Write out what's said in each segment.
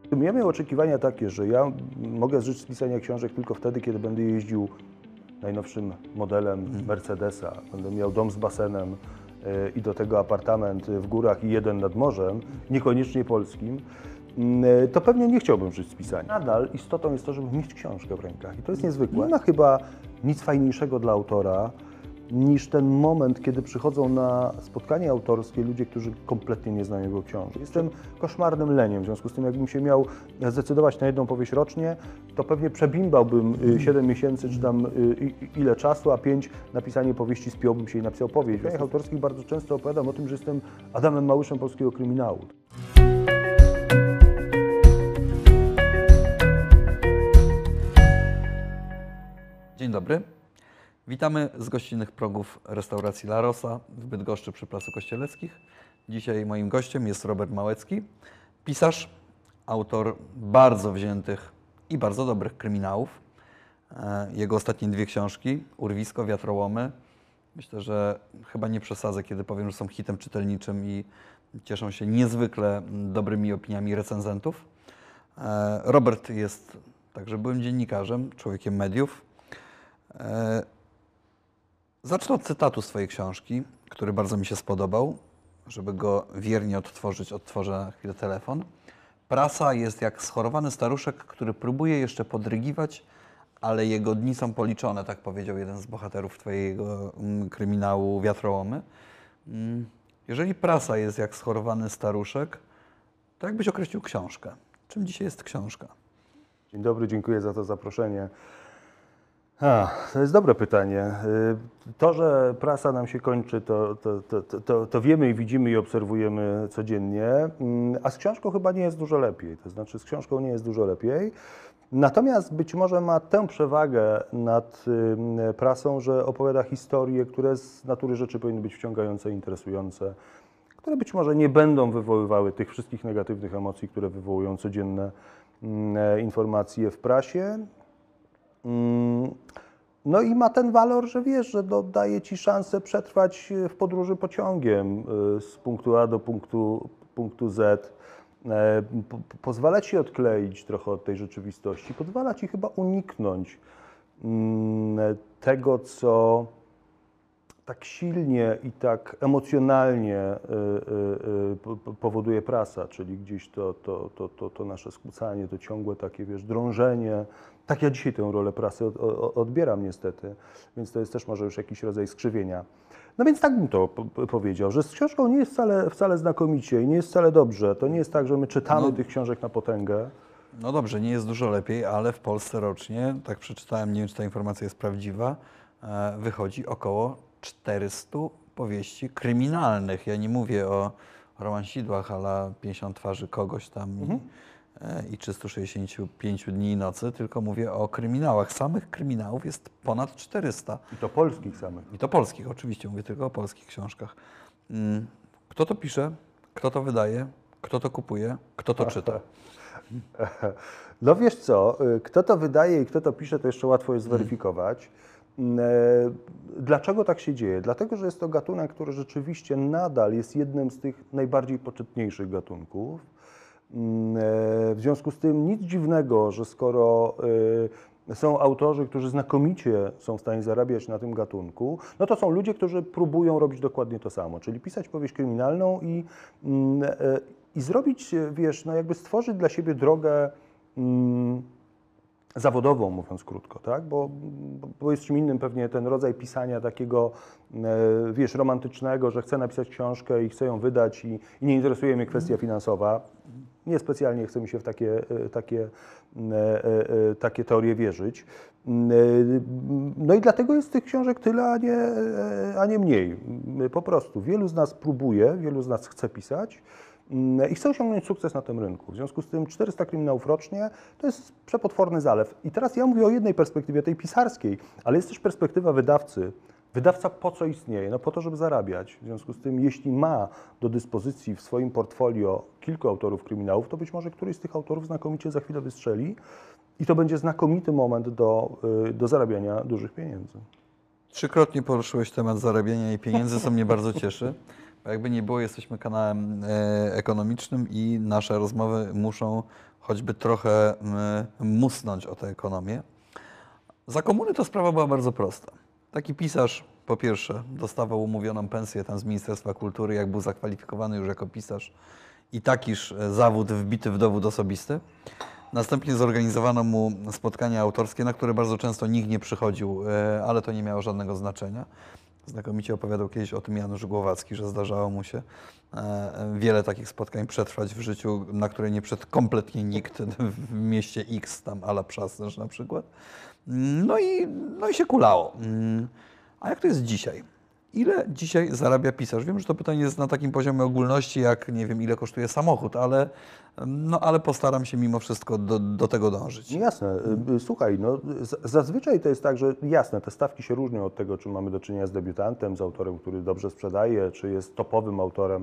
Ja miałem oczekiwania takie, że ja mogę żyć z pisania książek tylko wtedy, kiedy będę jeździł najnowszym modelem Mercedesa, będę miał dom z basenem i do tego apartament w górach i jeden nad morzem, niekoniecznie polskim, to pewnie nie chciałbym żyć z pisania. Nadal istotą jest to, żeby mieć książkę w rękach i to jest niezwykłe. Nie ma chyba nic fajniejszego dla autora niż ten moment, kiedy przychodzą na spotkanie autorskie ludzie, którzy kompletnie nie znają jego książek. Jestem koszmarnym leniem, w związku z tym jakbym się miał zdecydować na jedną powieść rocznie, to pewnie przebimbałbym 7 miesięcy, czy tam ile czasu, a 5 napisanie powieści spiąłbym się i napisał powieść. W książkach autorskich bardzo często opowiadam o tym, że jestem Adamem Małyszem polskiego kryminału. Dzień dobry. Witamy z gościnnych progów restauracji La Rosa w Bydgoszczy przy Placu Kościeleckich. Dzisiaj moim gościem jest Robert Małecki, pisarz, autor bardzo wziętych i bardzo dobrych kryminałów. Jego ostatnie 2 książki, Urwisko, Wiatrołomy. Myślę, że chyba nie przesadzę, kiedy powiem, że są hitem czytelniczym i cieszą się niezwykle dobrymi opiniami recenzentów. Robert jest także byłym dziennikarzem, człowiekiem mediów. Zacznę od cytatu z twojej książki, który bardzo mi się spodobał. Żeby go wiernie odtworzyć, odtworzę na chwilę telefon. Prasa jest jak schorowany staruszek, który próbuje jeszcze podrygiwać, ale jego dni są policzone, tak powiedział jeden z bohaterów twojego kryminału Wiatrołomy. Jeżeli prasa jest jak schorowany staruszek, to jak byś określił książkę? Czym dzisiaj jest książka? Dzień dobry, dziękuję za to zaproszenie. To jest dobre pytanie. To, że prasa nam się kończy, to wiemy i widzimy i obserwujemy codziennie, a z książką chyba nie jest dużo lepiej. To znaczy z książką nie jest dużo lepiej. Natomiast być może ma tę przewagę nad prasą, że opowiada historie, które z natury rzeczy powinny być wciągające, interesujące, które być może nie będą wywoływały tych wszystkich negatywnych emocji, które wywołują codzienne informacje w prasie. No i ma ten walor, że wiesz, że daje ci szansę przetrwać w podróży pociągiem z punktu A do punktu Z. Pozwala ci odkleić trochę od tej rzeczywistości, pozwala ci chyba uniknąć tego, co tak silnie i tak emocjonalnie powoduje prasa, czyli gdzieś to nasze skłócanie, to ciągłe takie, wiesz, drążenie. Tak ja dzisiaj tę rolę prasy odbieram niestety, więc to jest też może już jakiś rodzaj skrzywienia. No więc tak bym to powiedział, że z książką nie jest wcale znakomicie i nie jest wcale dobrze. To nie jest tak, że my czytamy tych książek na potęgę. No dobrze, nie jest dużo lepiej, ale w Polsce rocznie, tak przeczytałem, nie wiem, czy ta informacja jest prawdziwa, wychodzi około 400 powieści kryminalnych. Ja nie mówię o romansidłach, ale 50 twarzy kogoś tam i 365 dni i nocy, tylko mówię o kryminałach. Samych kryminałów jest ponad 400. I to polskich samych. I to polskich, oczywiście, mówię tylko o polskich książkach. Kto to pisze? Kto to wydaje? Kto to kupuje? Kto to czyta? No wiesz co, kto to wydaje i kto to pisze, to jeszcze łatwo jest zweryfikować. Dlaczego tak się dzieje? Dlatego, że jest to gatunek, który rzeczywiście nadal jest jednym z tych najbardziej početniejszych gatunków. W związku z tym nic dziwnego, że skoro są autorzy, którzy znakomicie są w stanie zarabiać na tym gatunku, no to są ludzie, którzy próbują robić dokładnie to samo, czyli pisać powieść kryminalną i zrobić, wiesz, no jakby stworzyć dla siebie drogę zawodową, mówiąc krótko, tak? Bo jest czym innym pewnie ten rodzaj pisania takiego, wiesz, romantycznego, że chcę napisać książkę i chcę ją wydać i nie interesuje mnie kwestia finansowa. Niespecjalnie chce mi się w takie teorie wierzyć. No i dlatego jest tych książek tyle, a nie mniej. Po prostu wielu z nas próbuje, wielu z nas chce pisać i chce osiągnąć sukces na tym rynku. W związku z tym 400 kryminałów rocznie to jest przepotworny zalew. I teraz ja mówię o jednej perspektywie, tej pisarskiej, ale jest też perspektywa wydawcy. Wydawca po co istnieje? No po to, żeby zarabiać. W związku z tym, jeśli ma do dyspozycji w swoim portfolio kilku autorów kryminałów, to być może któryś z tych autorów znakomicie za chwilę wystrzeli i to będzie znakomity moment do zarabiania dużych pieniędzy. 3-krotnie poruszyłeś temat zarabiania i pieniędzy, co mnie bardzo cieszy. Bo jakby nie było, jesteśmy kanałem ekonomicznym i nasze rozmowy muszą choćby trochę musnąć o tę ekonomię. Za komuny to sprawa była bardzo prosta. Taki pisarz, po pierwsze, dostawał umówioną pensję tam z Ministerstwa Kultury, jak był zakwalifikowany już jako pisarz i takiż zawód wbity w dowód osobisty. Następnie zorganizowano mu spotkania autorskie, na które bardzo często nikt nie przychodził, ale to nie miało żadnego znaczenia. Znakomicie opowiadał kiedyś o tym Janusz Głowacki, że zdarzało mu się wiele takich spotkań przetrwać w życiu, na które nie wszedł kompletnie nikt w mieście X, tam a la Przasnarz na przykład. No i się kulało. A jak to jest dzisiaj? Ile dzisiaj zarabia pisarz? Wiem, że to pytanie jest na takim poziomie ogólności, jak nie wiem, ile kosztuje samochód, ale postaram się mimo wszystko do tego dążyć. Jasne. Słuchaj, no, zazwyczaj to jest tak, że jasne, te stawki się różnią od tego, czy mamy do czynienia z debiutantem, z autorem, który dobrze sprzedaje, czy jest topowym autorem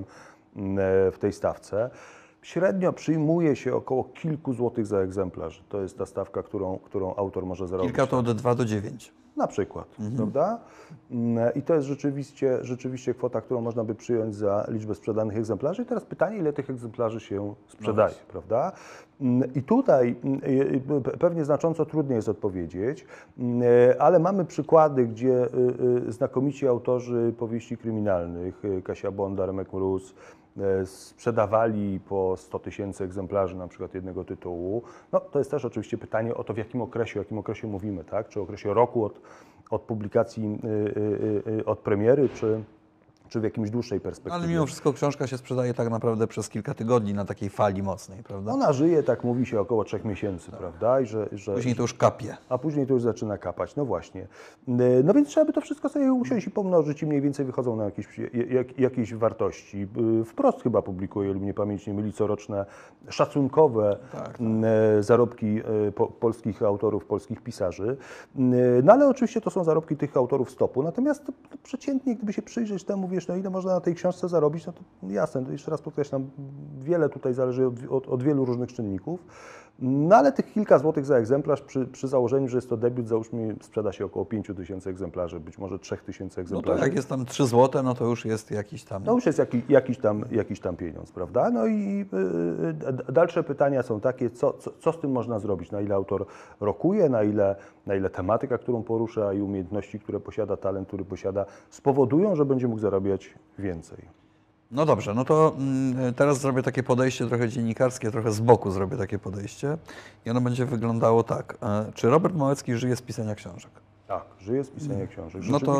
w tej stawce. Średnio przyjmuje się około kilku złotych za egzemplarz. To jest ta stawka, którą autor może zarobić. Kilka to od 2 do 9. Na przykład, prawda? I to jest rzeczywiście kwota, którą można by przyjąć za liczbę sprzedanych egzemplarzy. I teraz pytanie, ile tych egzemplarzy się sprzedaje, prawda? I tutaj pewnie znacząco trudniej jest odpowiedzieć, ale mamy przykłady, gdzie znakomici autorzy powieści kryminalnych, Kasia Bonda, Remek Mróz, sprzedawali po 100 000 egzemplarzy na przykład jednego tytułu. No, to jest też oczywiście pytanie o to, w jakim okresie mówimy, tak? Czy okresie roku od publikacji, od premiery, czy w jakimś dłuższej perspektywie. Ale mimo wszystko książka się sprzedaje tak naprawdę przez kilka tygodni na takiej fali mocnej, prawda? Ona żyje, tak mówi się, około 3 miesięcy, prawda? Później to już kapie. A później to już zaczyna kapać, no właśnie. No więc trzeba by to wszystko sobie usiąść i pomnożyć i mniej więcej wychodzą na jakieś wartości. Wprost chyba publikuje, lub mnie pamięć nie myli, coroczne szacunkowe zarobki polskich autorów, polskich pisarzy. No ale oczywiście to są zarobki tych autorów z topu. Natomiast przeciętnie, gdyby się przyjrzeć temu, wiesz, no ile można na tej książce zarobić, no to jasne, to jeszcze raz podkreślam, wiele tutaj zależy od wielu różnych czynników. No ale tych kilka złotych za egzemplarz przy założeniu, że jest to debiut, załóżmy, sprzeda się około 5 000 egzemplarzy, być może 3 000 egzemplarzy. No to jak jest tam 3 zł, no to już jest jakiś tam... To już jest jakiś tam pieniądz, prawda? No i dalsze pytania są takie, co z tym można zrobić? Na ile autor rokuje, na ile tematyka, którą porusza i umiejętności, które posiada, talent, który posiada, spowodują, że będzie mógł zarabiać więcej. No dobrze, no to teraz zrobię takie podejście trochę dziennikarskie, trochę z boku zrobię takie podejście i ono będzie wyglądało tak. Czy Robert Małecki żyje z pisania książek? Tak, żyje z pisania książek. No to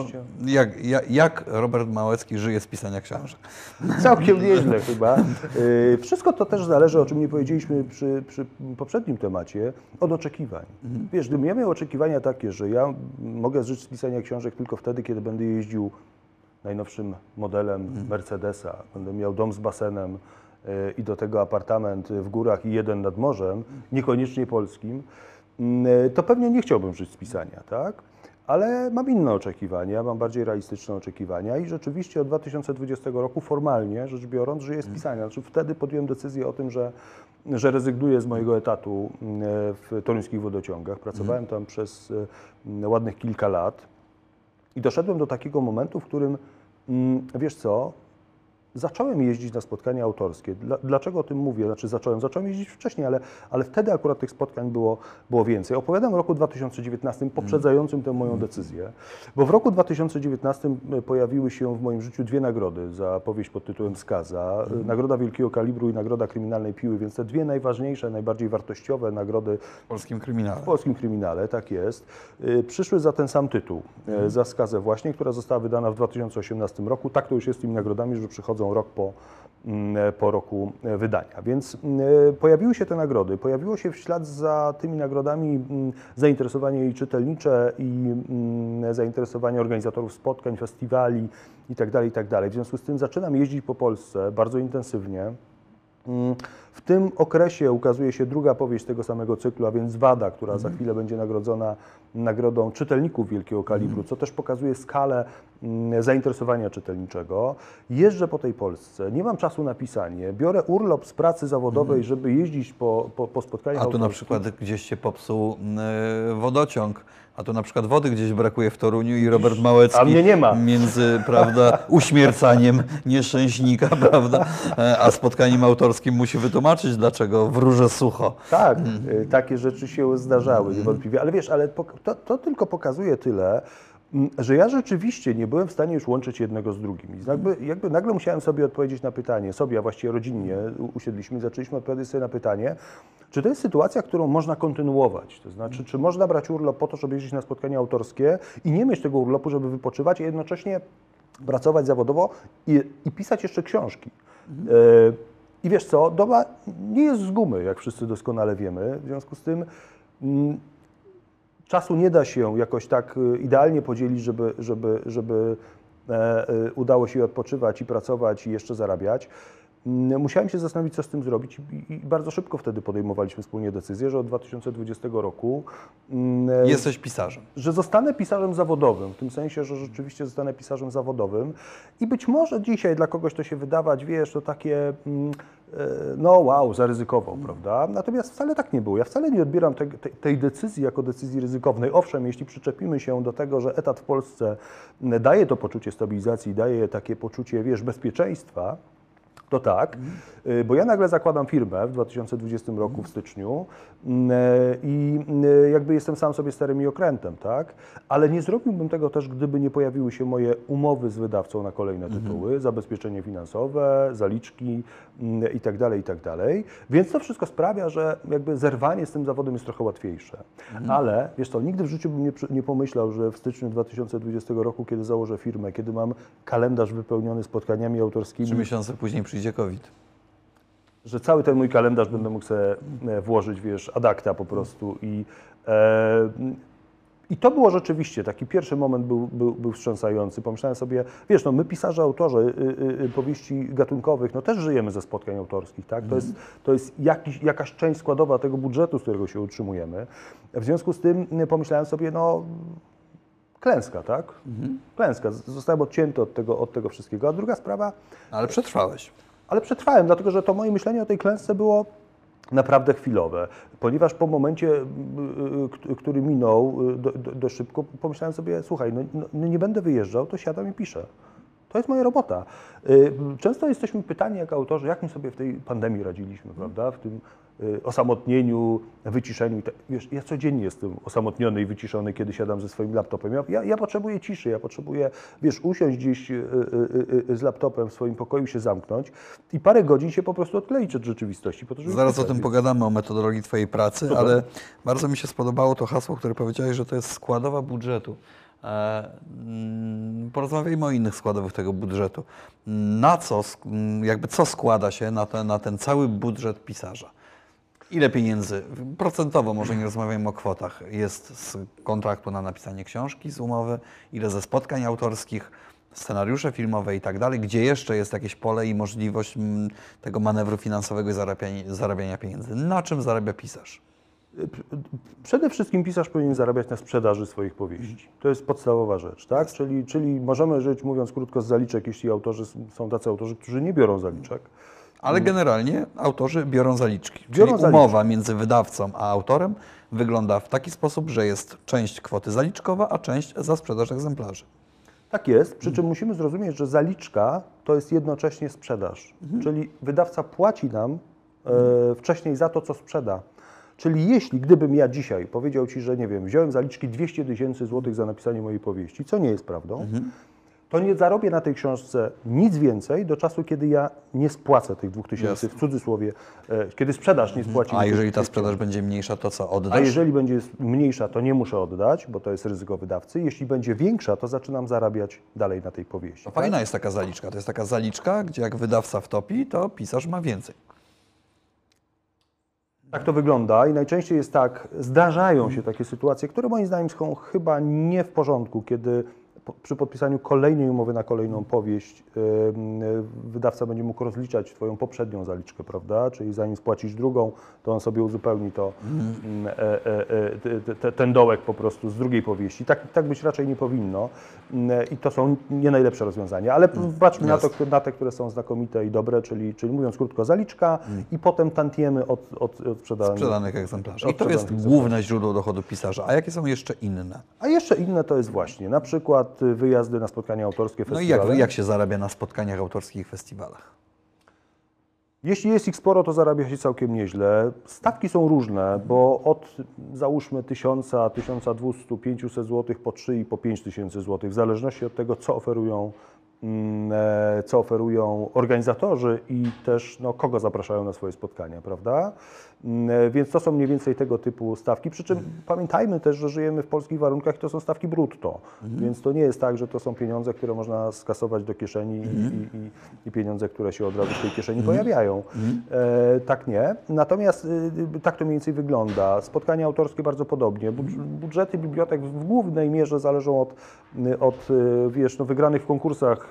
jak Robert Małecki żyje z pisania książek? Całkiem nieźle chyba. Wszystko to też zależy, o czym nie powiedzieliśmy przy poprzednim temacie, od oczekiwań. Wiesz, gdybym ja miał oczekiwania takie, że ja mogę żyć z pisania książek tylko wtedy, kiedy będę jeździł najnowszym modelem Mercedesa, będę miał dom z basenem i do tego apartament w górach i jeden nad morzem, niekoniecznie polskim, to pewnie nie chciałbym żyć z pisania, tak? Ale mam inne oczekiwania, mam bardziej realistyczne oczekiwania i rzeczywiście od 2020 roku formalnie rzecz biorąc żyję z pisania. Znaczy wtedy podjąłem decyzję o tym, że rezygnuję z mojego etatu w toruńskich wodociągach. Pracowałem tam przez ładnych kilka lat i doszedłem do takiego momentu, w którym, wiesz co, zacząłem jeździć na spotkania autorskie. Dlaczego o tym mówię? Znaczy zacząłem jeździć wcześniej, ale wtedy akurat tych spotkań było więcej. Opowiadam o roku 2019, poprzedzającym tę moją decyzję, bo w roku 2019 pojawiły się w moim życiu 2 nagrody za powieść pod tytułem Skaza. Nagroda Wielkiego Kalibru i Nagroda Kryminalnej Piły, więc te 2 najważniejsze, najbardziej wartościowe nagrody W polskim kryminale. w polskim kryminale, tak jest. Przyszły za ten sam tytuł, za Skazę właśnie, która została wydana w 2018 roku. Tak to już jest z tymi nagrodami, że przychodzą rok po roku wydania. Więc pojawiły się te nagrody, pojawiło się w ślad za tymi nagrodami zainteresowanie i czytelnicze i zainteresowanie organizatorów spotkań, festiwali itd., itd. W związku z tym zaczynam jeździć po Polsce bardzo intensywnie. W tym okresie ukazuje się druga powieść tego samego cyklu, a więc Wada, która za chwilę będzie nagrodzona nagrodą czytelników wielkiego kalibru, co też pokazuje skalę zainteresowania czytelniczego. Jeżdżę po tej Polsce, nie mam czasu na pisanie, biorę urlop z pracy zawodowej, żeby jeździć po spotkaniach A tu na autorskich. przykład gdzieś się popsuł wodociąg, a tu na przykład wody gdzieś brakuje w Toruniu i Robert Małecki A mnie nie ma. między, prawda, uśmiercaniem nieszczęśnika, prawda, a spotkaniem autorskim musi wytłumaczyć, dlaczego wróże sucho. Tak, takie rzeczy się zdarzały niewątpliwie, ale wiesz, ale to tylko pokazuje tyle, że ja rzeczywiście nie byłem w stanie już łączyć jednego z drugim. I jakby nagle musiałem sobie odpowiedzieć na pytanie, a właściwie rodzinnie usiedliśmy i zaczęliśmy odpowiadać sobie na pytanie, czy to jest sytuacja, którą można kontynuować? To znaczy, czy można brać urlop po to, żeby jeździć na spotkania autorskie i nie mieć tego urlopu, żeby wypoczywać, a jednocześnie pracować zawodowo i pisać jeszcze książki. I wiesz co, doba nie jest z gumy, jak wszyscy doskonale wiemy, w związku z tym czasu nie da się jakoś tak idealnie podzielić, żeby udało się odpoczywać i pracować i jeszcze zarabiać. Musiałem się zastanowić, co z tym zrobić i bardzo szybko wtedy podejmowaliśmy wspólnie decyzję, że od 2020 roku Jesteś pisarzem. że zostanę pisarzem zawodowym, w tym sensie, że rzeczywiście zostanę pisarzem zawodowym i być może dzisiaj dla kogoś to się wydawać, wiesz, to takie, no wow, zaryzykował, prawda? Natomiast wcale tak nie było. Ja wcale nie odbieram tej decyzji jako decyzji ryzykownej. Owszem, jeśli przyczepimy się do tego, że etat w Polsce daje to poczucie stabilizacji, daje takie poczucie, wiesz, bezpieczeństwa, to tak, bo ja nagle zakładam firmę w 2020 roku w styczniu i jakby jestem sam sobie sterem i okrętem, tak? Ale nie zrobiłbym tego też, gdyby nie pojawiły się moje umowy z wydawcą na kolejne tytuły, zabezpieczenie finansowe, zaliczki i tak dalej, i tak dalej. Więc to wszystko sprawia, że jakby zerwanie z tym zawodem jest trochę łatwiejsze. Ale wiesz co, nigdy w życiu bym nie pomyślał, że w styczniu 2020 roku, kiedy założę firmę, kiedy mam kalendarz wypełniony spotkaniami autorskimi, 3 miesiące później przyjdzie COVID. że cały ten mój kalendarz będę mógł sobie włożyć, wiesz, ad acta po prostu. I to było rzeczywiście, taki pierwszy moment był wstrząsający. Pomyślałem sobie, wiesz, no my pisarze, autorzy powieści gatunkowych, no też żyjemy ze spotkań autorskich, tak? To jest jakaś część składowa tego budżetu, z którego się utrzymujemy. W związku z tym pomyślałem sobie, no klęska, tak? Klęska. Zostałem odcięty od tego wszystkiego. A druga sprawa... Ale przetrwałeś. Ale przetrwałem, dlatego że to moje myślenie o tej klęsce było naprawdę chwilowe, ponieważ po momencie, który minął dość szybko, pomyślałem sobie, słuchaj, no nie będę wyjeżdżał, to siadam i piszę. To jest moja robota. Często jesteśmy pytani jako autorzy, jak my sobie w tej pandemii radziliśmy, prawda? W tym osamotnieniu, wyciszeniu. Wiesz, ja codziennie jestem osamotniony i wyciszony, kiedy siadam ze swoim laptopem. Ja potrzebuję ciszy, ja potrzebuję, wiesz, usiąść gdzieś z laptopem w swoim pokoju, się zamknąć i parę godzin się po prostu odkleić od rzeczywistości. Po to, żeby Zaraz o pisać. tym pogadamy, o metodologii Twojej pracy, ale bardzo mi się spodobało to hasło, które powiedziałeś, że to jest składowa budżetu. Porozmawiajmy o innych składowych tego budżetu. Co składa się na ten cały budżet pisarza? Ile pieniędzy, procentowo, może nie rozmawiajmy o kwotach, jest z kontraktu na napisanie książki, z umowy, ile ze spotkań autorskich, scenariusze filmowe i tak dalej, gdzie jeszcze jest jakieś pole i możliwość tego manewru finansowego i zarabiania pieniędzy. Na czym zarabia pisarz? Przede wszystkim pisarz powinien zarabiać na sprzedaży swoich powieści. To jest podstawowa rzecz, tak? Czyli możemy żyć, mówiąc krótko, z zaliczek, jeśli są tacy autorzy, którzy nie biorą zaliczek. Ale generalnie autorzy biorą zaliczki. Biorą Czyli zaliczki. umowa między wydawcą a autorem wygląda w taki sposób, że jest część kwoty zaliczkowa, a część za sprzedaż egzemplarzy. Tak jest, przy czym musimy zrozumieć, że zaliczka to jest jednocześnie sprzedaż. Czyli wydawca płaci nam wcześniej za to, co sprzeda. Czyli gdybym ja dzisiaj powiedział Ci, że nie wiem, wziąłem zaliczki 200 000 złotych za napisanie mojej powieści, co nie jest prawdą, to nie zarobię na tej książce nic więcej do czasu, kiedy ja nie spłacę tych 2000, w cudzysłowie, kiedy sprzedaż nie spłaci. A jeżeli ta sprzedaż będzie mniejsza, to co, oddasz? A jeżeli będzie mniejsza, to nie muszę oddać, bo to jest ryzyko wydawcy. Jeśli będzie większa, to zaczynam zarabiać dalej na tej powieści. To fajna jest taka zaliczka. To jest taka zaliczka, gdzie jak wydawca wtopi, to pisarz ma więcej. Tak to wygląda i najczęściej jest tak, zdarzają się takie sytuacje, które moim zdaniem są chyba nie w porządku, kiedy przy podpisaniu kolejnej umowy na kolejną powieść wydawca będzie mógł rozliczać Twoją poprzednią zaliczkę, prawda? Czyli zanim spłacisz drugą, to on sobie uzupełni to, ten dołek po prostu z drugiej powieści. Tak być raczej nie powinno i to są nie najlepsze rozwiązania, ale patrzmy na te, które są znakomite i dobre, czyli mówiąc krótko, zaliczka i potem tantiemy od sprzedanych egzemplarzy. I to jest główne źródło dochodu pisarza. A jakie są jeszcze inne? A jeszcze inne to jest właśnie na przykład wyjazdy na spotkania autorskie, festiwale. No i jak się zarabia na spotkaniach autorskich i festiwalach? Jeśli jest ich sporo, to zarabia się całkiem nieźle. Stawki są różne, bo od załóżmy 1000, 1200, 500 zł po 3 i po 5000 zł, w zależności od tego, co oferują organizatorzy i też kogo zapraszają na swoje spotkania, prawda? Więc to są mniej więcej tego typu stawki, przy czym pamiętajmy też, że żyjemy w polskich warunkach i to są stawki brutto, więc to nie jest tak, że to są pieniądze, które można skasować do kieszeni i pieniądze, które się od razu w tej kieszeni pojawiają. Tak nie. Natomiast tak to mniej więcej wygląda. Spotkania autorskie bardzo podobnie. Budżety bibliotek w głównej mierze zależą od wygranych w konkursach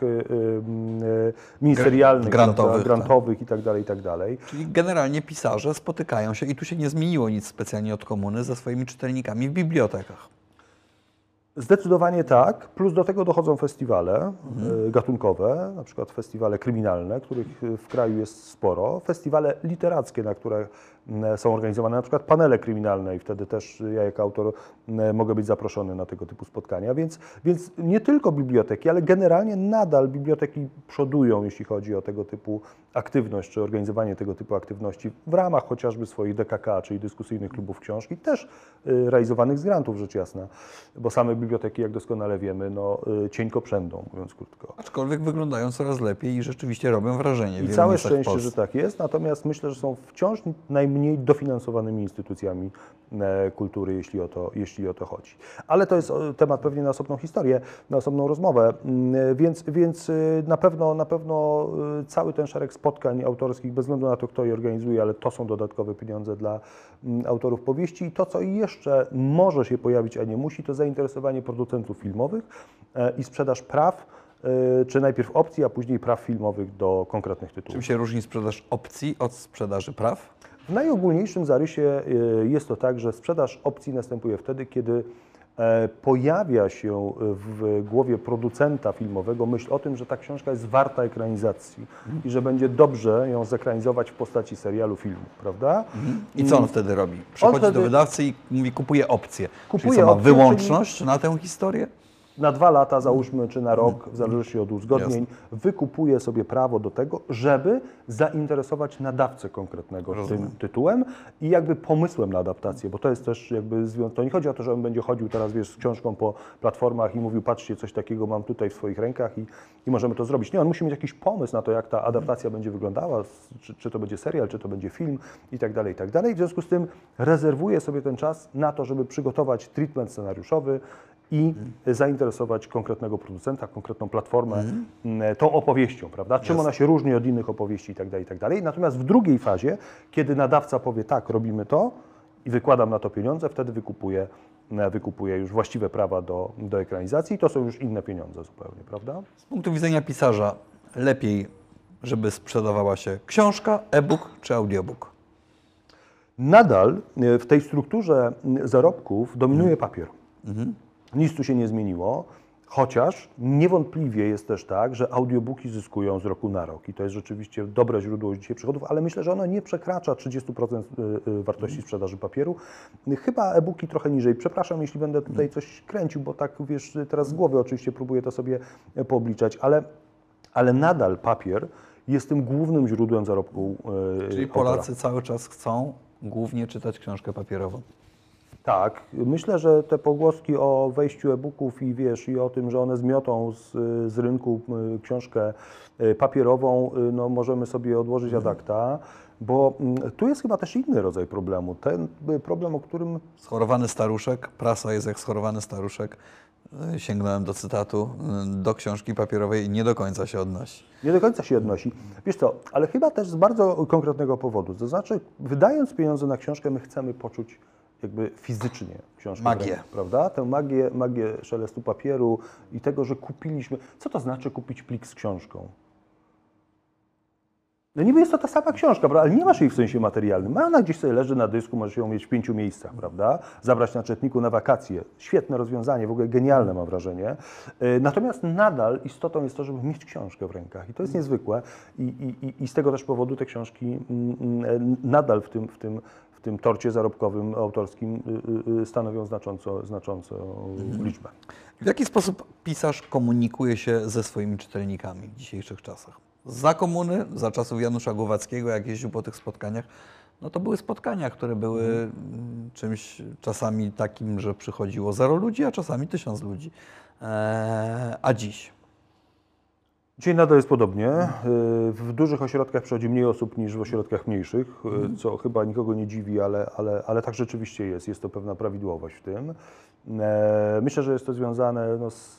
ministerialnych, grantowych i tak dalej. Czyli generalnie pisarze spotykają się i tu się nie zmieniło nic specjalnie od komuny ze swoimi czytelnikami w bibliotekach. Zdecydowanie tak, plus do tego dochodzą festiwale gatunkowe, na przykład festiwale kryminalne, których w kraju jest sporo, festiwale literackie, na które są organizowane na przykład panele kryminalne i wtedy też ja jako autor mogę być zaproszony na tego typu spotkania, więc nie tylko biblioteki, ale generalnie nadal biblioteki przodują, jeśli chodzi o tego typu aktywność, czy organizowanie tego typu aktywności w ramach chociażby swoich DKK, czyli dyskusyjnych klubów książki, też realizowanych z grantów, rzecz jasna, bo same biblioteki, jak doskonale wiemy, cienько przędą, mówiąc krótko. Aczkolwiek wyglądają coraz lepiej i rzeczywiście robią wrażenie. I całe szczęście, że tak jest, natomiast myślę, że są wciąż najmniej dofinansowanymi instytucjami kultury, jeśli o to chodzi. Ale to jest temat pewnie na osobną historię, na osobną rozmowę, więc na pewno cały ten szereg spotkań autorskich, bez względu na to, kto je organizuje, ale to są dodatkowe pieniądze dla autorów powieści i to, co jeszcze może się pojawić, a nie musi, to zainteresowanie producentów filmowych i sprzedaż praw, czy najpierw opcji, a później praw filmowych do konkretnych tytułów. Czym się różni sprzedaż opcji od sprzedaży praw? W najogólniejszym zarysie jest to tak, że sprzedaż opcji następuje wtedy, kiedy pojawia się w głowie producenta filmowego myśl o tym, że ta książka jest warta ekranizacji i że będzie dobrze ją zekranizować w postaci serialu, filmu, prawda? I co on wtedy robi? Przychodzi do wydawcy i mówi, kupuje opcję. Czyli co, ma wyłączność na tę historię? Na 2 lata załóżmy, czy na rok, w zależności od uzgodnień, wykupuje sobie prawo do tego, żeby zainteresować nadawcę konkretnego tym tytułem i jakby pomysłem na adaptację, bo to jest też to nie chodzi o to, że on będzie chodził teraz, z książką po platformach i mówił, patrzcie, coś takiego mam tutaj w swoich rękach i możemy to zrobić. Nie, on musi mieć jakiś pomysł na to, jak ta adaptacja będzie wyglądała, czy to będzie serial, czy to będzie film i tak dalej, i tak dalej. W związku z tym rezerwuje sobie ten czas na to, żeby przygotować treatment scenariuszowy i zainteresować konkretnego producenta, konkretną platformę tą opowieścią, prawda? Czym ona się różni od innych opowieści i tak dalej, i tak dalej. Natomiast w drugiej fazie, kiedy nadawca powie tak, robimy to i wykładam na to pieniądze, wtedy wykupuje już właściwe prawa do ekranizacji i to są już inne pieniądze zupełnie, prawda? Z punktu widzenia pisarza lepiej, żeby sprzedawała się książka, e-book czy audiobook? Nadal w tej strukturze zarobków dominuje papier. Nic tu się nie zmieniło, chociaż niewątpliwie jest też tak, że audiobooki zyskują z roku na rok i to jest rzeczywiście dobre źródło dzisiaj przychodów, ale myślę, że ono nie przekracza 30% wartości sprzedaży papieru. Chyba e-booki trochę niżej. Przepraszam, jeśli będę tutaj coś kręcił, bo tak teraz z głowy oczywiście próbuję to sobie poobliczać, ale nadal papier jest tym głównym źródłem zarobku. Czyli Polacy cały czas chcą głównie czytać książkę papierową. Tak, myślę, że te pogłoski o wejściu e-booków i o tym, że one zmiotą z rynku książkę papierową, możemy sobie odłożyć ad acta, bo tu jest chyba też inny rodzaj problemu. Ten problem, o którym... Schorowany staruszek, prasa jest jak schorowany staruszek. Sięgnąłem do cytatu, do książki papierowej nie do końca się odnosi. Nie do końca się odnosi. Wiesz co, ale chyba też z bardzo konkretnego powodu. To znaczy, wydając pieniądze na książkę, my chcemy poczuć jakby fizycznie książkę. Magię. w ręku, prawda? Tę magię szelestu papieru i tego, że kupiliśmy. Co to znaczy kupić plik z książką? No niby jest to ta sama książka, prawda? Ale nie masz jej w sensie materialnym. Ona gdzieś sobie leży na dysku, możesz ją mieć w 5 miejscach, prawda? Zabrać na czytniku na wakacje. Świetne rozwiązanie, w ogóle genialne mam wrażenie. Natomiast nadal istotą jest to, żeby mieć książkę w rękach. I to jest niezwykłe. I z tego też powodu te książki nadal w tym torcie zarobkowym autorskim stanowią znaczącą liczbę. W jaki sposób pisarz komunikuje się ze swoimi czytelnikami w dzisiejszych czasach? Za komuny, za czasów Janusza Głowackiego, jak jeździł po tych spotkaniach, no to były spotkania, które były czymś czasami takim, że przychodziło 0 ludzi, a czasami 1000 ludzi. A dziś? Dzisiaj nadal jest podobnie. W dużych ośrodkach przychodzi mniej osób niż w ośrodkach mniejszych, co chyba nikogo nie dziwi, ale tak rzeczywiście jest. Jest to pewna prawidłowość w tym. Myślę, że jest to związane no, z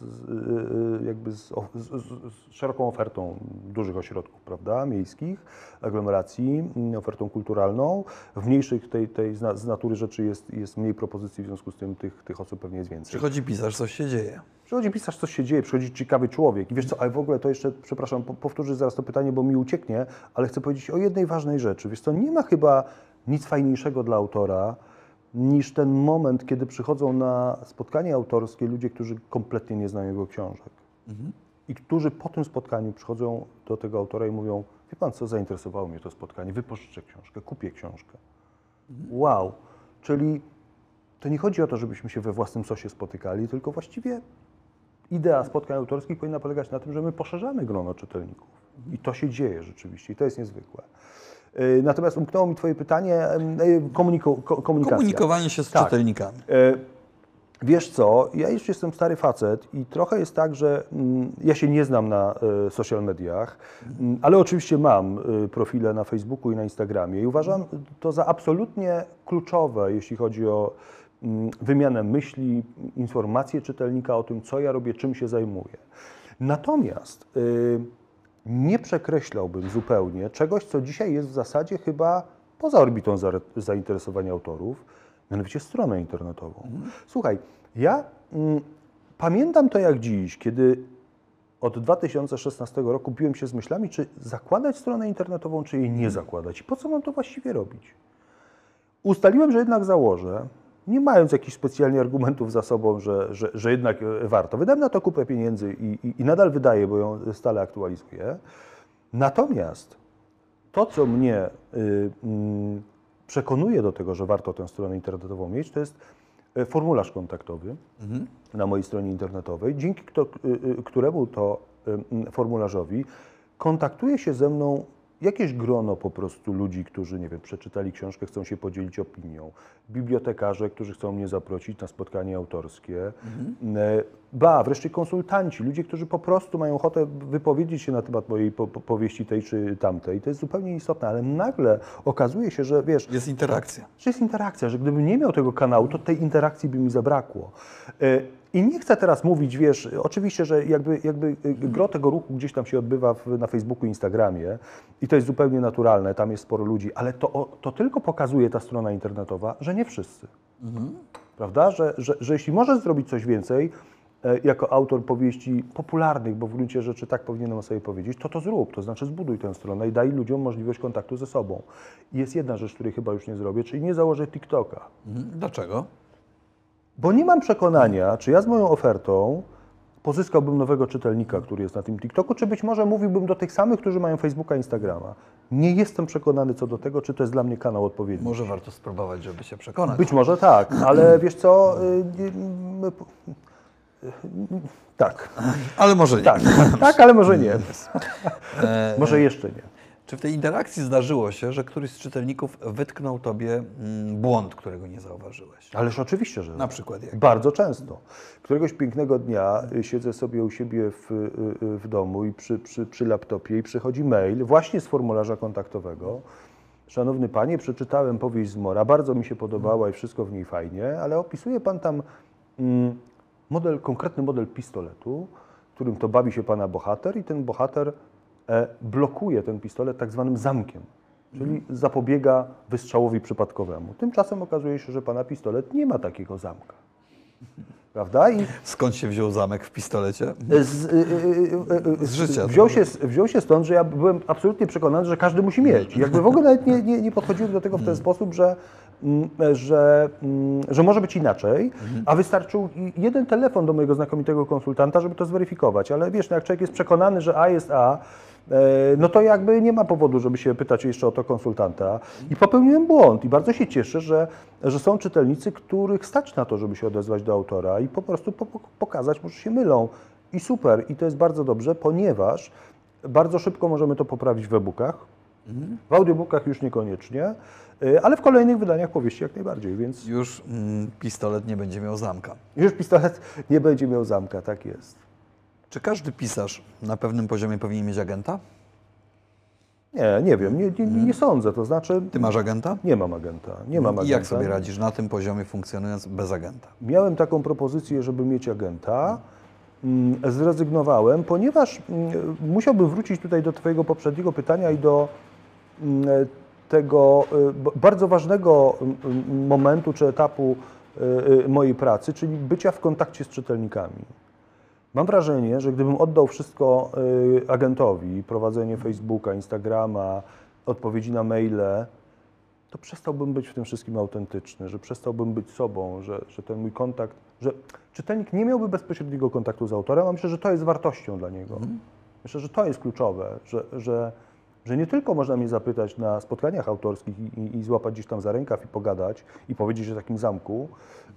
szeroką ofertą dużych ośrodków, prawda, miejskich, aglomeracji, ofertą kulturalną. W mniejszych tej z natury rzeczy jest mniej propozycji, w związku z tym tych osób pewnie jest więcej. Przychodzi pisarz, coś się dzieje. Przychodzi pisarz, coś się dzieje, przychodzi ciekawy człowiek. I wiesz co, ale w ogóle to jeszcze, przepraszam, powtórzę zaraz to pytanie, bo mi ucieknie, ale chcę powiedzieć o jednej ważnej rzeczy. Wiesz co, nie ma chyba nic fajniejszego dla autora, niż ten moment, kiedy przychodzą na spotkanie autorskie ludzie, którzy kompletnie nie znają jego książek. I którzy po tym spotkaniu przychodzą do tego autora i mówią: wie pan co, zainteresowało mnie to spotkanie, wypożyczę książkę, kupię książkę. Wow! Czyli to nie chodzi o to, żebyśmy się we własnym sosie spotykali, tylko właściwie idea spotkań autorskich powinna polegać na tym, że my poszerzamy grono czytelników. I to się dzieje rzeczywiście i to jest niezwykłe. Natomiast umknęło mi Twoje pytanie, komunikacja. Komunikowanie się z czytelnikami. Wiesz co, ja już jestem stary facet i trochę jest tak, że ja się nie znam na social mediach, ale oczywiście mam profile na Facebooku i na Instagramie i uważam to za absolutnie kluczowe, jeśli chodzi o wymianę myśli, informacje czytelnika o tym, co ja robię, czym się zajmuję. Natomiast nie przekreślałbym zupełnie czegoś, co dzisiaj jest w zasadzie chyba poza orbitą zainteresowania autorów, mianowicie stronę internetową. Słuchaj, ja pamiętam to jak dziś, kiedy od 2016 roku biłem się z myślami, czy zakładać stronę internetową, czy jej nie zakładać i po co mam to właściwie robić. Ustaliłem, że jednak założę, nie mając jakichś specjalnie argumentów za sobą, że jednak warto. Wydałem na to kupę pieniędzy i nadal wydaję, bo ją stale aktualizuję. Natomiast to, co mnie przekonuje do tego, że warto tę stronę internetową mieć, to jest formularz kontaktowy na mojej stronie internetowej, dzięki któremu to formularzowi kontaktuje się ze mną jakieś grono po prostu ludzi, którzy, nie wiem, przeczytali książkę, chcą się podzielić opinią, bibliotekarze, którzy chcą mnie zaprosić na spotkanie autorskie, wreszcie konsultanci, ludzie, którzy po prostu mają ochotę wypowiedzieć się na temat mojej powieści tej czy tamtej. To jest zupełnie istotne, ale nagle okazuje się, że wiesz... Jest interakcja. Że jest interakcja, że gdybym nie miał tego kanału, to tej interakcji by mi zabrakło. I nie chcę teraz mówić, wiesz, oczywiście, że jakby gro tego ruchu gdzieś tam się odbywa na Facebooku i Instagramie i to jest zupełnie naturalne, tam jest sporo ludzi, ale to tylko pokazuje ta strona internetowa, że nie wszyscy. Prawda? Że jeśli możesz zrobić coś więcej jako autor powieści popularnych, bo w gruncie rzeczy tak powinienem o sobie powiedzieć, to zrób, to znaczy zbuduj tę stronę i daj ludziom możliwość kontaktu ze sobą. I jest jedna rzecz, której chyba już nie zrobię, czyli nie założę TikToka. Dlaczego? Bo nie mam przekonania, czy ja z moją ofertą pozyskałbym nowego czytelnika, który jest na tym TikToku, czy być może mówiłbym do tych samych, którzy mają Facebooka i Instagrama. Nie jestem przekonany co do tego, czy to jest dla mnie kanał odpowiedni. Może warto spróbować, żeby się przekonać. Być może tak, ale wiesz co... tak. Ale może nie. Tak, ale może nie. Może jeszcze nie. Czy w tej interakcji zdarzyło się, że któryś z czytelników wytknął Tobie błąd, którego nie zauważyłeś? Ależ oczywiście, że Na przykład jak? Bardzo często. Któregoś pięknego dnia siedzę sobie u siebie w domu i przy laptopie i przychodzi mail właśnie z formularza kontaktowego. Szanowny Panie, przeczytałem powieść z Mora, bardzo mi się podobała i wszystko w niej fajnie, ale opisuje Pan tam konkretny model pistoletu, którym to bawi się Pana bohater i ten bohater blokuje ten pistolet tak zwanym zamkiem czyli zapobiega wystrzałowi przypadkowemu. Tymczasem okazuje się, że pana pistolet nie ma takiego zamka. Prawda? I skąd się wziął zamek w pistolecie? Z życia. Wziął się stąd, że ja byłem absolutnie przekonany, że każdy musi mieć. Jakby w ogóle nawet nie podchodziłem do tego w ten sposób, że może być inaczej, a wystarczył jeden telefon do mojego znakomitego konsultanta, żeby to zweryfikować. Ale wiesz, no jak człowiek jest przekonany, że A jest A, no to jakby nie ma powodu, żeby się pytać jeszcze o to konsultanta. I popełniłem błąd i bardzo się cieszę, że są czytelnicy, których stać na to, żeby się odezwać do autora i po prostu pokazać, może się mylą. I super, i to jest bardzo dobrze, ponieważ bardzo szybko możemy to poprawić w e-bookach, w audiobookach już niekoniecznie, ale w kolejnych wydaniach powieści jak najbardziej, więc... Już pistolet nie będzie miał zamka. Już pistolet nie będzie miał zamka, tak jest. Czy każdy pisarz na pewnym poziomie powinien mieć agenta? Nie wiem, nie sądzę, to znaczy... Ty masz agenta? Nie mam agenta, nie mam agenta. I jak sobie radzisz na tym poziomie funkcjonując bez agenta? Miałem taką propozycję, żeby mieć agenta, zrezygnowałem, ponieważ musiałbym wrócić tutaj do twojego poprzedniego pytania i do tego bardzo ważnego momentu czy etapu mojej pracy, czyli bycia w kontakcie z czytelnikami. Mam wrażenie, że gdybym oddał wszystko agentowi, prowadzenie Facebooka, Instagrama, odpowiedzi na maile, to przestałbym być w tym wszystkim autentyczny, że przestałbym być sobą, że ten mój kontakt, że czytelnik nie miałby bezpośredniego kontaktu z autorem, a myślę, że to jest wartością dla niego. Myślę, że to jest kluczowe, że nie tylko można mnie zapytać na spotkaniach autorskich i złapać gdzieś tam za rękaw i pogadać i powiedzieć o takim zamku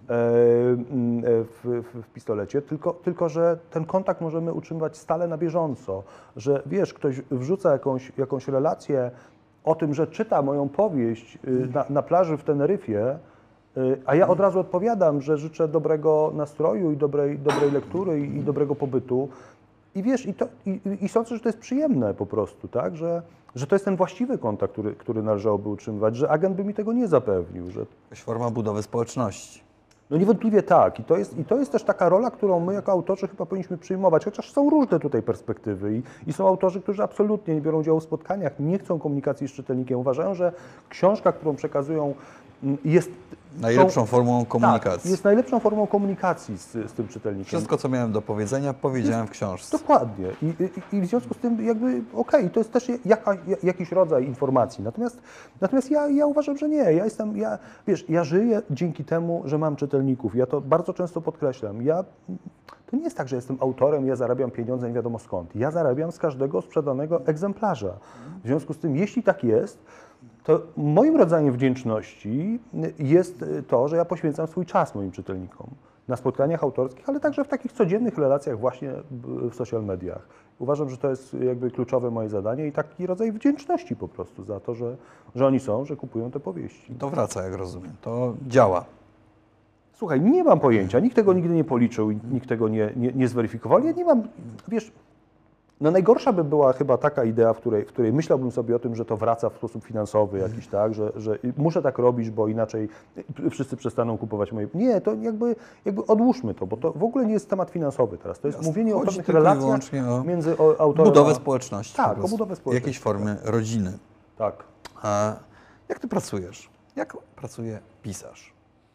w pistolecie, tylko że ten kontakt możemy utrzymywać stale na bieżąco, że wiesz, ktoś wrzuca jakąś relację o tym, że czyta moją powieść na plaży w Teneryfie, a ja od razu odpowiadam, że życzę dobrego nastroju i dobrej lektury i dobrego pobytu. I wiesz, i sądzę, że to jest przyjemne po prostu, tak? Że to jest ten właściwy kontakt, który należałoby utrzymywać, że agent by mi tego nie zapewnił. Że... Jakaś forma budowy społeczności. No niewątpliwie tak. I to jest też taka rola, którą my jako autorzy chyba powinniśmy przyjmować, chociaż są różne tutaj perspektywy i są autorzy, którzy absolutnie nie biorą udziału w spotkaniach, nie chcą komunikacji z czytelnikiem. Uważają, że książka, którą przekazują, jest najlepszą formą komunikacji. Tak, jest najlepszą formą komunikacji z tym czytelnikiem. Wszystko, co miałem do powiedzenia, powiedziałem w książce. Dokładnie. I w związku z tym jakby okej, to jest też jakiś rodzaj informacji. Natomiast ja uważam, że nie. Ja żyję dzięki temu, że mam czytelników. Ja to bardzo często podkreślam. To nie jest tak, że jestem autorem, ja zarabiam pieniądze nie wiadomo skąd. Ja zarabiam z każdego sprzedanego egzemplarza. W związku z tym, jeśli tak jest, to moim rodzajem wdzięczności jest to, że ja poświęcam swój czas moim czytelnikom na spotkaniach autorskich, ale także w takich codziennych relacjach właśnie w social mediach. Uważam, że to jest jakby kluczowe moje zadanie i taki rodzaj wdzięczności po prostu za to, że oni są, że kupują te powieści. To wraca, jak rozumiem. To działa. Słuchaj, nie mam pojęcia, nikt tego nigdy nie policzył i nikt tego nie zweryfikował. Ja nie mam, wiesz... No najgorsza by była chyba taka idea, w której myślałbym sobie o tym, że to wraca w sposób finansowy jakiś, tak, że muszę tak robić, bo inaczej wszyscy przestaną kupować moje... Nie, to jakby odłóżmy to, bo to w ogóle nie jest temat finansowy teraz. To jest mówienie o pewnych relacjach między autorem budowę społeczności. Tak, o budowę społeczności. Jakiejś formy rodziny. Tak. A jak ty pracujesz? Jak pracuje pisarz?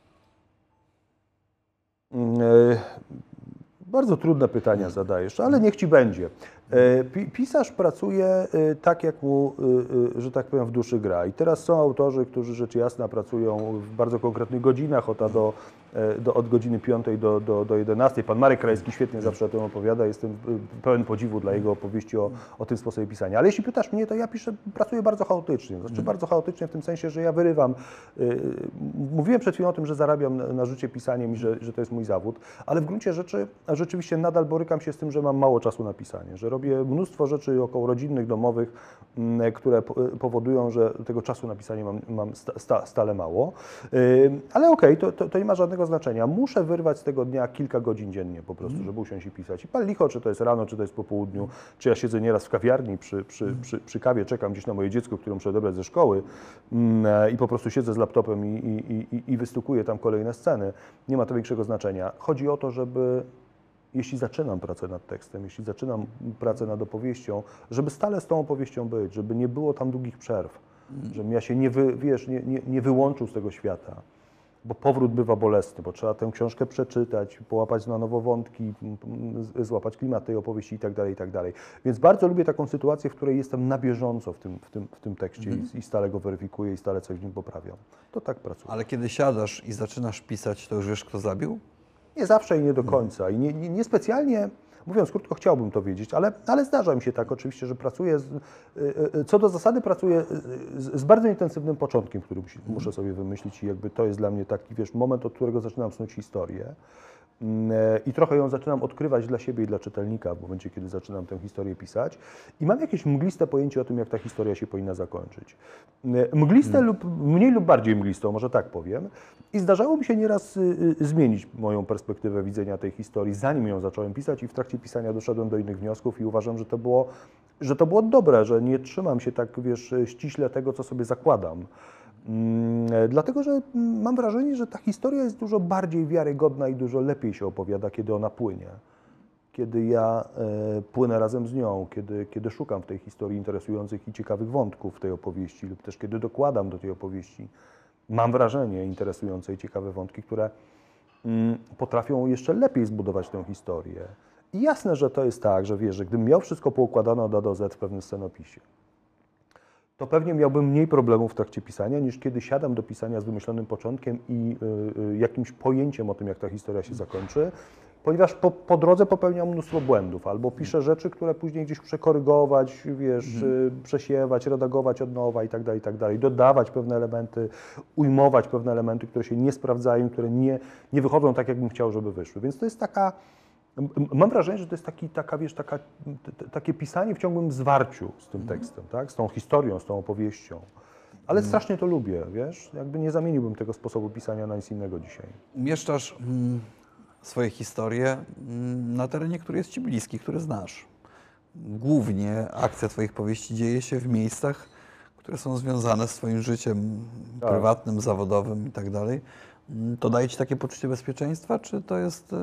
Bardzo trudne pytania zadajesz, ale niech ci będzie. Pisarz pracuje tak, jak mu, że tak powiem, w duszy gra. I teraz są autorzy, którzy rzecz jasna pracują w bardzo konkretnych godzinach, od godziny 5 do 11. Pan Marek Krajewski świetnie zawsze o tym opowiada. Jestem pełen podziwu dla jego opowieści o tym sposobie pisania. Ale jeśli pytasz mnie, to ja pracuję bardzo chaotycznie. Znaczy bardzo chaotycznie w tym sensie, że ja wyrywam. Mówiłem przed chwilą o tym, że zarabiam na życie pisaniem i że to jest mój zawód, ale w gruncie rzeczy rzeczywiście nadal borykam się z tym, że mam mało czasu na pisanie, że robię mnóstwo rzeczy około rodzinnych, domowych, które powodują, że tego czasu na pisanie mam stale mało. Ale okej, to nie ma żadnego znaczenia. Muszę wyrwać z tego dnia kilka godzin dziennie po prostu, żeby usiąść i pisać. I pal licho, czy to jest rano, czy to jest po południu, czy ja siedzę nieraz w kawiarni przy kawie, czekam gdzieś na moje dziecko, które muszę odebrać ze szkoły i po prostu siedzę z laptopem i wystukuję tam kolejne sceny. Nie ma to większego znaczenia. Chodzi o to, żeby jeśli zaczynam pracę nad tekstem, jeśli zaczynam pracę nad opowieścią, żeby stale z tą opowieścią być, żeby nie było tam długich przerw. żebym ja się nie wyłączył z tego świata. Bo powrót bywa bolesny, bo trzeba tę książkę przeczytać, połapać na nowo wątki, złapać klimat tej opowieści itd., itd. Więc bardzo lubię taką sytuację, w której jestem na bieżąco w tym tekście i stale go weryfikuję i stale coś w nim poprawiam. To tak pracuję. Ale kiedy siadasz i zaczynasz pisać, to już wiesz, kto zabił? Nie zawsze i nie do końca. I nie specjalnie, mówiąc krótko, chciałbym to wiedzieć, ale zdarza mi się tak oczywiście, że pracuję, co do zasady pracuję z bardzo intensywnym początkiem, który muszę sobie wymyślić i jakby to jest dla mnie taki, moment, od którego zaczynam snuć historię. I trochę ją zaczynam odkrywać dla siebie i dla czytelnika w momencie, kiedy zaczynam tę historię pisać. I mam jakieś mgliste pojęcie o tym, jak ta historia się powinna zakończyć. Mgliste lub mniej lub bardziej mglistą, może tak powiem. I zdarzało mi się nieraz zmienić moją perspektywę widzenia tej historii, zanim ją zacząłem pisać i w trakcie pisania doszedłem do innych wniosków i uważam, że to było dobre, że nie trzymam się tak, ściśle tego, co sobie zakładam. Dlatego, że mam wrażenie, że ta historia jest dużo bardziej wiarygodna i dużo lepiej się opowiada, kiedy ona płynie. Kiedy ja płynę razem z nią, kiedy szukam w tej historii interesujących i ciekawych wątków w tej opowieści lub też kiedy dokładam do tej opowieści, mam wrażenie, interesujące i ciekawe wątki, które potrafią jeszcze lepiej zbudować tę historię. I jasne, że to jest tak, że wiesz, że gdybym miał wszystko poukładane od A do Z w pewnym scenopisie, to pewnie miałbym mniej problemów w trakcie pisania, niż kiedy siadam do pisania z wymyślonym początkiem i jakimś pojęciem o tym, jak ta historia się zakończy, ponieważ po drodze popełniam mnóstwo błędów, albo piszę rzeczy, które później gdzieś przekorygować, przesiewać, redagować od nowa i tak dalej, dodawać pewne elementy, ujmować pewne elementy, które się nie sprawdzają, które nie wychodzą tak, jakbym chciał, żeby wyszły. Więc to jest mam wrażenie, że to jest takie pisanie w ciągłym zwarciu z tym tekstem, tak? Z tą historią, z tą opowieścią. Ale strasznie to lubię, wiesz? Jakby nie zamieniłbym tego sposobu pisania na nic innego dzisiaj. Umieszczasz swoje historie na terenie, który jest Ci bliski, który znasz. Głównie akcja Twoich powieści dzieje się w miejscach, które są związane z Twoim życiem prywatnym, zawodowym i tak dalej. To daje Ci takie poczucie bezpieczeństwa, czy to jest...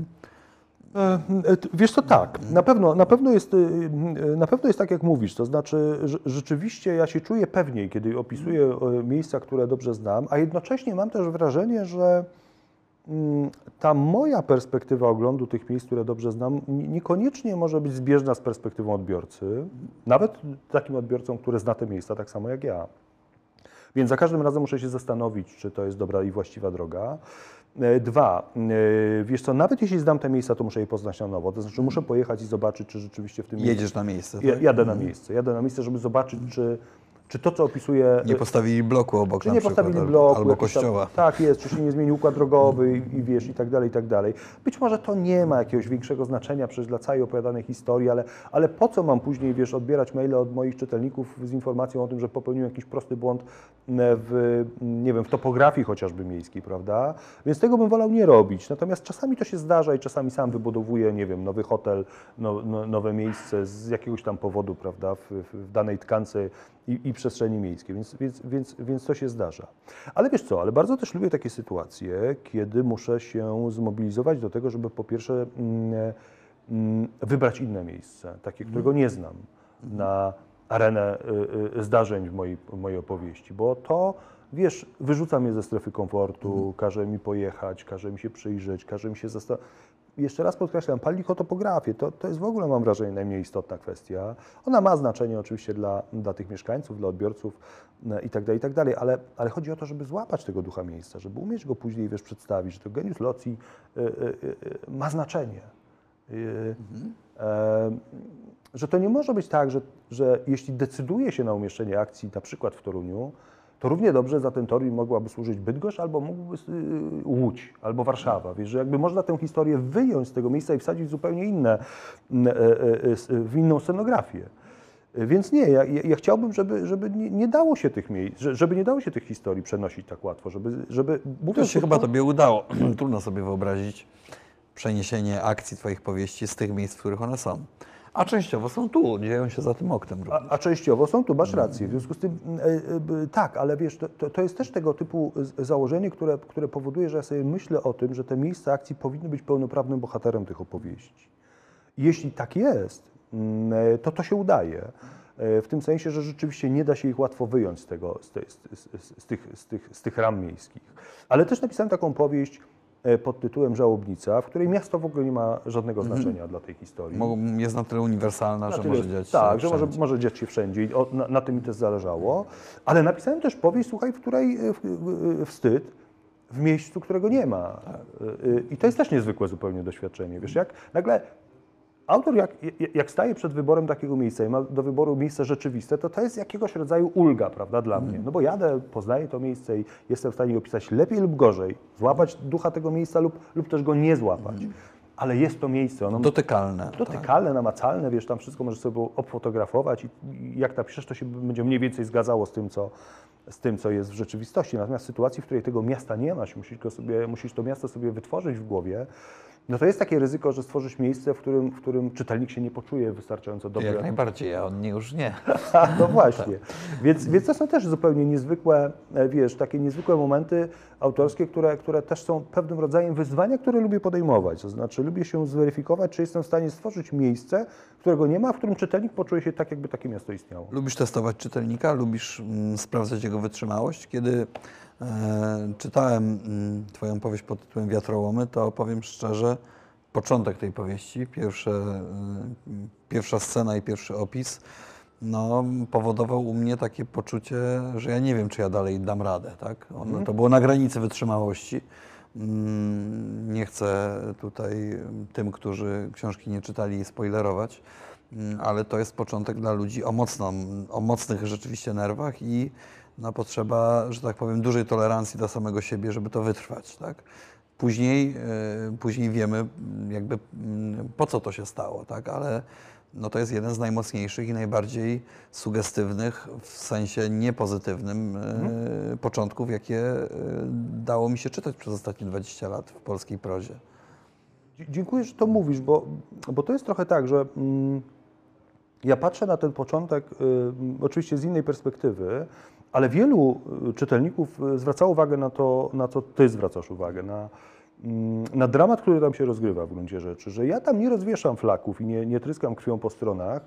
Wiesz co, tak, na pewno jest tak, jak mówisz, to znaczy, że rzeczywiście ja się czuję pewniej, kiedy opisuję miejsca, które dobrze znam, a jednocześnie mam też wrażenie, że ta moja perspektywa oglądu tych miejsc, które dobrze znam, niekoniecznie może być zbieżna z perspektywą odbiorcy, nawet takim odbiorcą, który zna te miejsca tak samo jak ja. Więc za każdym razem muszę się zastanowić, czy to jest dobra i właściwa droga. Dwa, wiesz co, nawet jeśli znam te miejsca, to muszę je poznać na nowo. To znaczy muszę pojechać i zobaczyć, czy rzeczywiście w tym miejscu... Jedziesz na miejsce, tak? Jadę na miejsce, żeby zobaczyć, czy to, co opisuję... Nie postawili bloku obok, czy na nie przykład, postawili bloku, albo kościoła. Tak jest, czy się nie zmienił układ drogowy i wiesz, i tak dalej, i tak dalej. Być może to nie ma jakiegoś większego znaczenia przecież dla całej opowiadanej historii, ale po co mam później, wiesz, odbierać maile od moich czytelników z informacją o tym, że popełniłem jakiś prosty błąd nie wiem, w topografii chociażby miejskiej, prawda? Więc tego bym wolał nie robić. Natomiast czasami to się zdarza i czasami sam wybudowuję, nie wiem, nowy hotel, nowe miejsce z jakiegoś tam powodu, prawda, w danej tkance i przestrzeni miejskiej, więc to się zdarza. Ale wiesz co, ale bardzo też lubię takie sytuacje, kiedy muszę się zmobilizować do tego, żeby po pierwsze wybrać inne miejsce, takie, którego nie znam, na arenę zdarzeń w mojej opowieści, bo to, wiesz, wyrzuca mnie ze strefy komfortu, każe mi pojechać, każe mi się przyjrzeć, każe mi się zastanowić. Jeszcze raz podkreślam, palitopografię to jest w ogóle, mam wrażenie, najmniej istotna kwestia. Ona ma znaczenie oczywiście dla tych mieszkańców, dla odbiorców i tak dalej, ale chodzi o to, żeby złapać tego ducha miejsca, żeby umieć go później, wiesz, przedstawić, że to genius loci ma znaczenie. Że to nie może być tak, że jeśli decyduje się na umieszczenie akcji na przykład w Toruniu, to równie dobrze za ten Toruń mogłaby służyć Bydgoszcz, albo mógłby Łódź, albo Warszawa. Wiesz, że jakby można tę historię wyjąć z tego miejsca i wsadzić w zupełnie w inną scenografię. Więc nie, ja chciałbym, żeby nie dało się tych miejsc, żeby nie dało się tych historii przenosić tak łatwo, żeby To się chyba Tobie udało. Trudno sobie wyobrazić przeniesienie akcji Twoich powieści z tych miejsc, w których one są. A częściowo są tu, dzieją się za tym oknem. A częściowo są tu, masz rację. W związku z tym, tak, ale wiesz, to jest też tego typu założenie, które powoduje, że ja sobie myślę o tym, że te miejsca akcji powinny być pełnoprawnym bohaterem tych opowieści. Jeśli tak jest, to się udaje. w tym sensie, że rzeczywiście nie da się ich łatwo wyjąć z tych ram miejskich. Ale też napisałem taką powieść pod tytułem Żałobnica, w której miasto w ogóle nie ma żadnego znaczenia dla tej historii. Jest na tyle uniwersalna, że może dziać się tak, że wszędzie. może dziać się wszędzie i na tym mi też zależało. Ale napisałem też powieść, słuchaj, w której wstyd w miejscu, którego nie ma. I to jest też niezwykłe zupełnie doświadczenie. Wiesz, jak nagle autor, jak staje przed wyborem takiego miejsca i ma do wyboru miejsce rzeczywiste, to jest jakiegoś rodzaju ulga, prawda, dla mnie. No bo jadę, poznaję to miejsce i jestem w stanie opisać lepiej lub gorzej, złapać ducha tego miejsca lub też go nie złapać. Ale jest to miejsce. Ono Dotykalne. Dotykalne, namacalne, wiesz, tam wszystko możesz sobie obfotografować i jak napiszesz, to się będzie mniej więcej zgadzało z tym, co jest w rzeczywistości. Natomiast w sytuacji, w której tego miasta nie masz, musisz to miasto sobie wytworzyć w głowie, no to jest takie ryzyko, że stworzysz miejsce, w którym czytelnik się nie poczuje wystarczająco dobrze. Jak najbardziej, a on już nie. No właśnie. Więc to są też zupełnie niezwykłe, wiesz, takie niezwykłe momenty autorskie, które też są pewnym rodzajem wyzwania, które lubię podejmować. To znaczy lubię się zweryfikować, czy jestem w stanie stworzyć miejsce, którego nie ma, w którym czytelnik poczuje się tak, jakby takie miasto istniało. Lubisz testować czytelnika? Lubisz sprawdzać jego wytrzymałość? Kiedy czytałem Twoją powieść pod tytułem Wiatrołomy, to powiem szczerze, początek tej powieści, pierwsza scena i pierwszy opis, no, powodował u mnie takie poczucie, że ja nie wiem, czy ja dalej dam radę. Tak? To było na granicy wytrzymałości. Nie chcę tutaj tym, którzy książki nie czytali, spoilerować, ale to jest początek dla ludzi o mocnych rzeczywiście nerwach i no, potrzeba, że tak powiem, dużej tolerancji dla samego siebie, żeby to wytrwać. Tak? Później wiemy jakby po co to się stało, tak? Ale no, to jest jeden z najmocniejszych i najbardziej sugestywnych w sensie niepozytywnym początków, jakie dało mi się czytać przez ostatnie 20 lat w polskiej prozie. Dziękuję, że to mówisz, bo to jest trochę tak, że ja patrzę na ten początek oczywiście z innej perspektywy, ale wielu czytelników zwracało uwagę na co ty zwracasz uwagę, na dramat, który tam się rozgrywa w gruncie rzeczy, że ja tam nie rozwieszam flaków i nie tryskam krwią po stronach,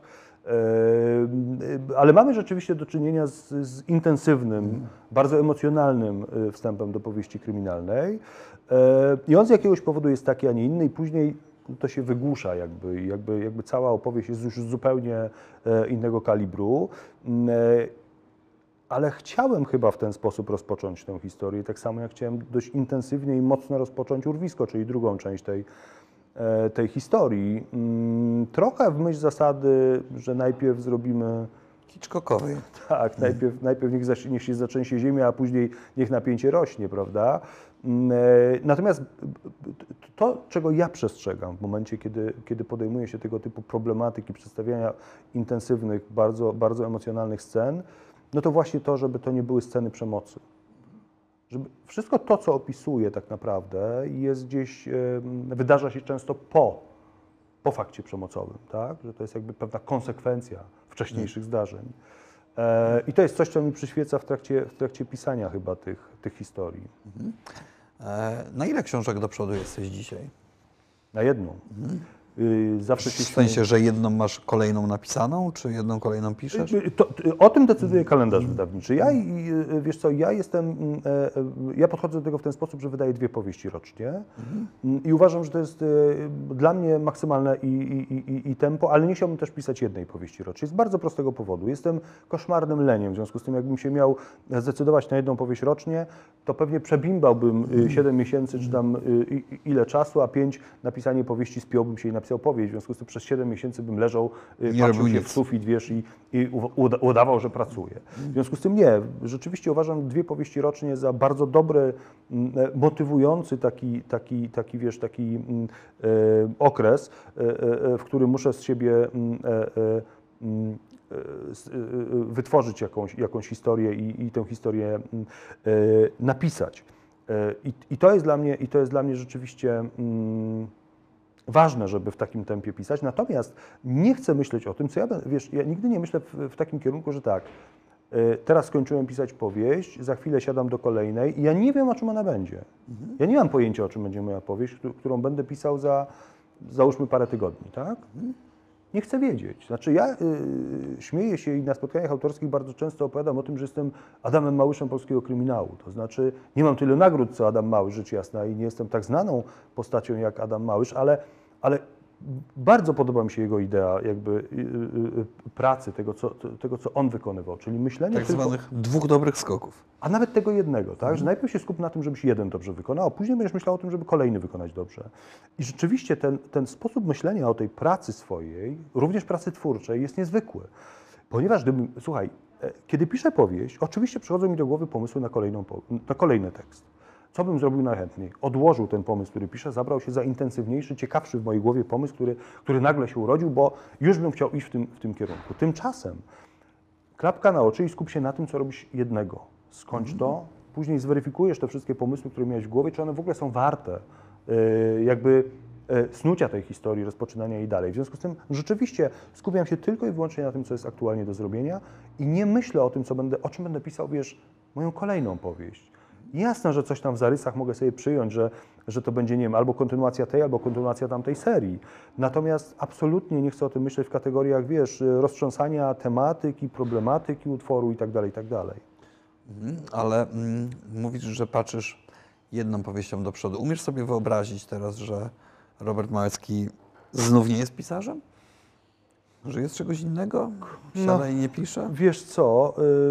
ale mamy rzeczywiście do czynienia z intensywnym, bardzo emocjonalnym wstępem do powieści kryminalnej i on z jakiegoś powodu jest taki, a nie inny i później to się wygłusza, jakby cała opowieść jest już zupełnie innego kalibru. Ale chciałem chyba w ten sposób rozpocząć tę historię, tak samo jak chciałem dość intensywnie i mocno rozpocząć Urwisko, czyli drugą część tej historii. Trochę w myśl zasady, że najpierw zrobimy... Hitchcockowej. Tak, najpierw niech się zatrzęsie ziemia, a później niech napięcie rośnie, prawda? Natomiast to, czego ja przestrzegam w momencie, kiedy podejmuje się tego typu problematyki, przedstawiania intensywnych, bardzo, bardzo emocjonalnych scen, no to właśnie to, żeby to nie były sceny przemocy. Żeby wszystko to, co opisuję tak naprawdę, jest gdzieś, wydarza się często po fakcie przemocowym, tak? Że to jest jakby pewna konsekwencja wcześniejszych zdarzeń. I to jest coś, co mi przyświeca w trakcie pisania chyba tych historii. Na ile książek do przodu jesteś dzisiaj? Na jedną. Zawsze się w sensie, że jedną masz kolejną napisaną, czy jedną kolejną piszesz? O tym decyduje kalendarz wydawniczy. Wiesz co, ja podchodzę do tego w ten sposób, że wydaję 2 powieści rocznie i uważam, że to jest dla mnie maksymalne i tempo, ale nie chciałbym też pisać jednej powieści rocznie. Z bardzo prostego powodu. Jestem koszmarnym leniem, w związku z tym jakbym się miał zdecydować na jedną powieść rocznie, to pewnie przebimbałbym 7 miesięcy, czy tam ile czasu, a 5 napisanie powieści spiąłbym się i napisał powieść. W związku z tym przez 7 miesięcy bym leżał, patrzył się w sufit, wiesz, i udawał, że pracuje. W związku z tym nie. Rzeczywiście uważam 2 powieści rocznie za bardzo dobry, motywujący taki okres, w którym muszę z siebie wytworzyć jakąś historię i tę historię napisać. I to jest dla mnie rzeczywiście ważne, żeby w takim tempie pisać, natomiast nie chcę myśleć o tym, co ja nigdy nie myślę w takim kierunku, że tak, teraz skończyłem pisać powieść, za chwilę siadam do kolejnej i ja nie wiem, o czym ona będzie. Ja nie mam pojęcia, o czym będzie moja powieść, którą będę pisał za, załóżmy, parę tygodni, tak? Nie chcę wiedzieć. Znaczy ja śmieję się i na spotkaniach autorskich bardzo często opowiadam o tym, że jestem Adamem Małyszem polskiego kryminału. To znaczy nie mam tyle nagród co Adam Małysz, rzecz jasna, i nie jestem tak znaną postacią jak Adam Małysz, ale bardzo podoba mi się jego idea jakby pracy, tego, co on wykonywał, czyli myślenie Tak tylko... zwanych dwóch dobrych skoków. A nawet tego jednego, tak? Że najpierw się skup na tym, żebyś jeden dobrze wykonał, a później będziesz myślał o tym, żeby kolejny wykonać dobrze. I rzeczywiście ten sposób myślenia o tej pracy swojej, również pracy twórczej, jest niezwykły. Ponieważ, słuchaj, kiedy piszę powieść, oczywiście przychodzą mi do głowy pomysły na kolejny tekst. Co bym zrobił najchętniej? Odłożył ten pomysł, który piszę, zabrał się za intensywniejszy, ciekawszy w mojej głowie pomysł, który nagle się urodził, bo już bym chciał iść w tym kierunku. Tymczasem klapka na oczy i skup się na tym, co robisz jednego. Skończ to, później zweryfikujesz te wszystkie pomysły, które miałeś w głowie, czy one w ogóle są warte snucia tej historii, rozpoczynania jej dalej. W związku z tym rzeczywiście skupiam się tylko i wyłącznie na tym, co jest aktualnie do zrobienia i nie myślę o tym, o czym będę pisał, wiesz, moją kolejną powieść. Jasne, że coś tam w zarysach mogę sobie przyjąć, że to będzie, nie wiem, albo kontynuacja tej, albo kontynuacja tamtej serii. Natomiast absolutnie nie chcę o tym myśleć w kategoriach, wiesz, roztrząsania tematyki, problematyki utworu i tak dalej, i tak dalej. Ale mówisz, że patrzysz jedną powieścią do przodu. Umiesz sobie wyobrazić teraz, że Robert Małecki znów nie jest pisarzem? Że jest czegoś innego? Siada i nie pisze? Wiesz co,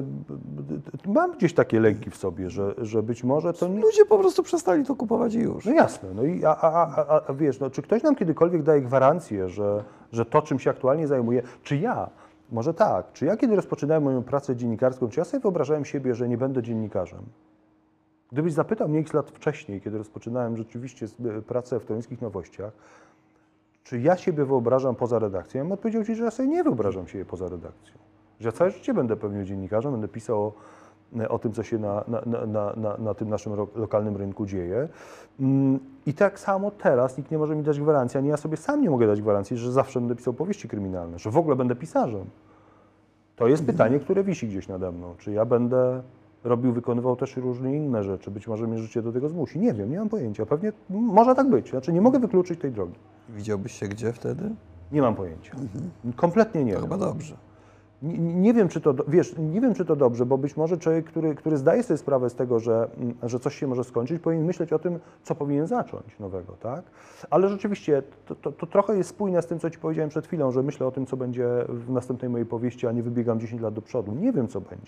mam gdzieś takie lęki w sobie, że być może to nie... Ludzie po prostu przestali to kupować i już. No jasne, no i wiesz, no, czy ktoś nam kiedykolwiek daje gwarancję, że to, czym się aktualnie zajmuję, czy ja, może tak, czy ja kiedy rozpoczynałem moją pracę dziennikarską, czy ja sobie wyobrażałem siebie, że nie będę dziennikarzem? Gdybyś zapytał mnie x lat wcześniej, kiedy rozpoczynałem rzeczywiście pracę w Toruńskich Nowościach, czy ja siebie wyobrażam poza redakcją? Ja bym odpowiedział Ci, że ja sobie nie wyobrażam siebie poza redakcją. Że ja całe życie będę pewnie dziennikarzem, będę pisał o tym, co się na tym naszym lokalnym rynku dzieje. I tak samo teraz nikt nie może mi dać gwarancji, ani ja sobie sam nie mogę dać gwarancji, że zawsze będę pisał powieści kryminalne, że w ogóle będę pisarzem. To jest pytanie, które wisi gdzieś nade mną. Czy ja będę wykonywał też różne inne rzeczy, być może mnie życie do tego zmusi. Nie wiem, nie mam pojęcia. Pewnie może tak być. Znaczy nie mogę wykluczyć tej drogi. Widziałbyś się gdzie wtedy? Nie mam pojęcia. Kompletnie nie To wiem. chyba dobrze. Nie wiem, czy to, wiesz, nie wiem, czy to dobrze, bo być może człowiek, który zdaje sobie sprawę z tego, że coś się może skończyć, powinien myśleć o tym, co powinien zacząć nowego, tak? Ale rzeczywiście to trochę jest spójne z tym, co Ci powiedziałem przed chwilą, że myślę o tym, co będzie w następnej mojej powieści, a nie wybiegam 10 lat do przodu. Nie wiem, co będzie.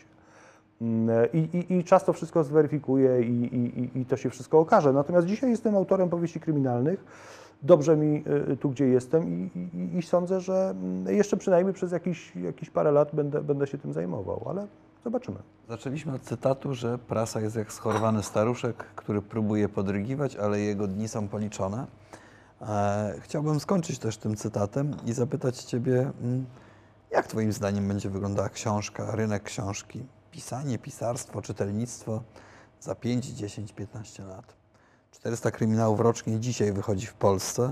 I czas to wszystko zweryfikuje i to się wszystko okaże. Natomiast dzisiaj jestem autorem powieści kryminalnych. Dobrze mi tu, gdzie jestem i sądzę, że jeszcze przynajmniej przez jakieś parę lat będę się tym zajmował, ale zobaczymy. Zaczęliśmy od cytatu, że prasa jest jak schorowany staruszek, który próbuje podrygiwać, ale jego dni są policzone. Chciałbym skończyć też tym cytatem i zapytać Ciebie, jak Twoim zdaniem będzie wyglądała książka, rynek książki, pisanie, pisarstwo, czytelnictwo za 5, 10, 15 lat? 400 kryminałów rocznie dzisiaj wychodzi w Polsce.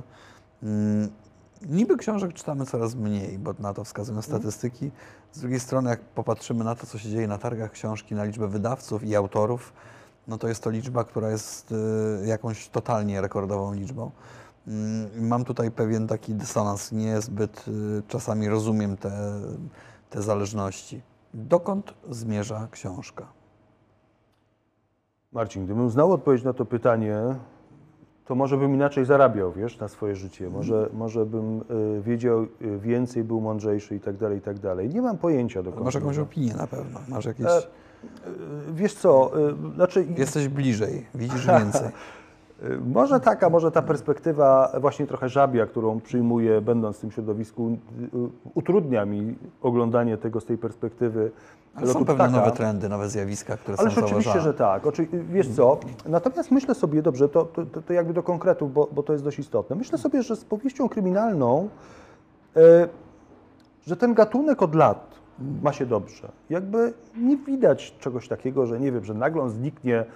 Niby książek czytamy coraz mniej, bo na to wskazują statystyki. Z drugiej strony, jak popatrzymy na to, co się dzieje na targach książki, na liczbę wydawców i autorów, no to jest to liczba, która jest jakąś totalnie rekordową liczbą. Mam tutaj pewien taki dysonans, niezbyt czasami rozumiem te zależności. Dokąd zmierza książka? Marcin, gdybym znał odpowiedź na to pytanie, to może bym inaczej zarabiał, wiesz, na swoje życie. Może bym wiedział więcej, był mądrzejszy i tak dalej, i tak dalej. Nie mam pojęcia dokąd. Masz jakąś opinię na pewno? Masz jakieś... Wiesz co, znaczy... Jesteś bliżej, widzisz więcej. Może taka, może ta perspektywa właśnie trochę żabia, którą przyjmuję, będąc w tym środowisku, utrudnia mi oglądanie tego z tej perspektywy. Ale są pewne nowe trendy, nowe zjawiska, które są zauważane. Ale oczywiście, że tak. Wiesz co, natomiast myślę sobie, dobrze, to jakby do konkretów, bo to jest dość istotne. Myślę sobie, że z powieścią kryminalną, że ten gatunek od lat ma się dobrze. Jakby nie widać czegoś takiego, że nie wiem, że nagle on zniknie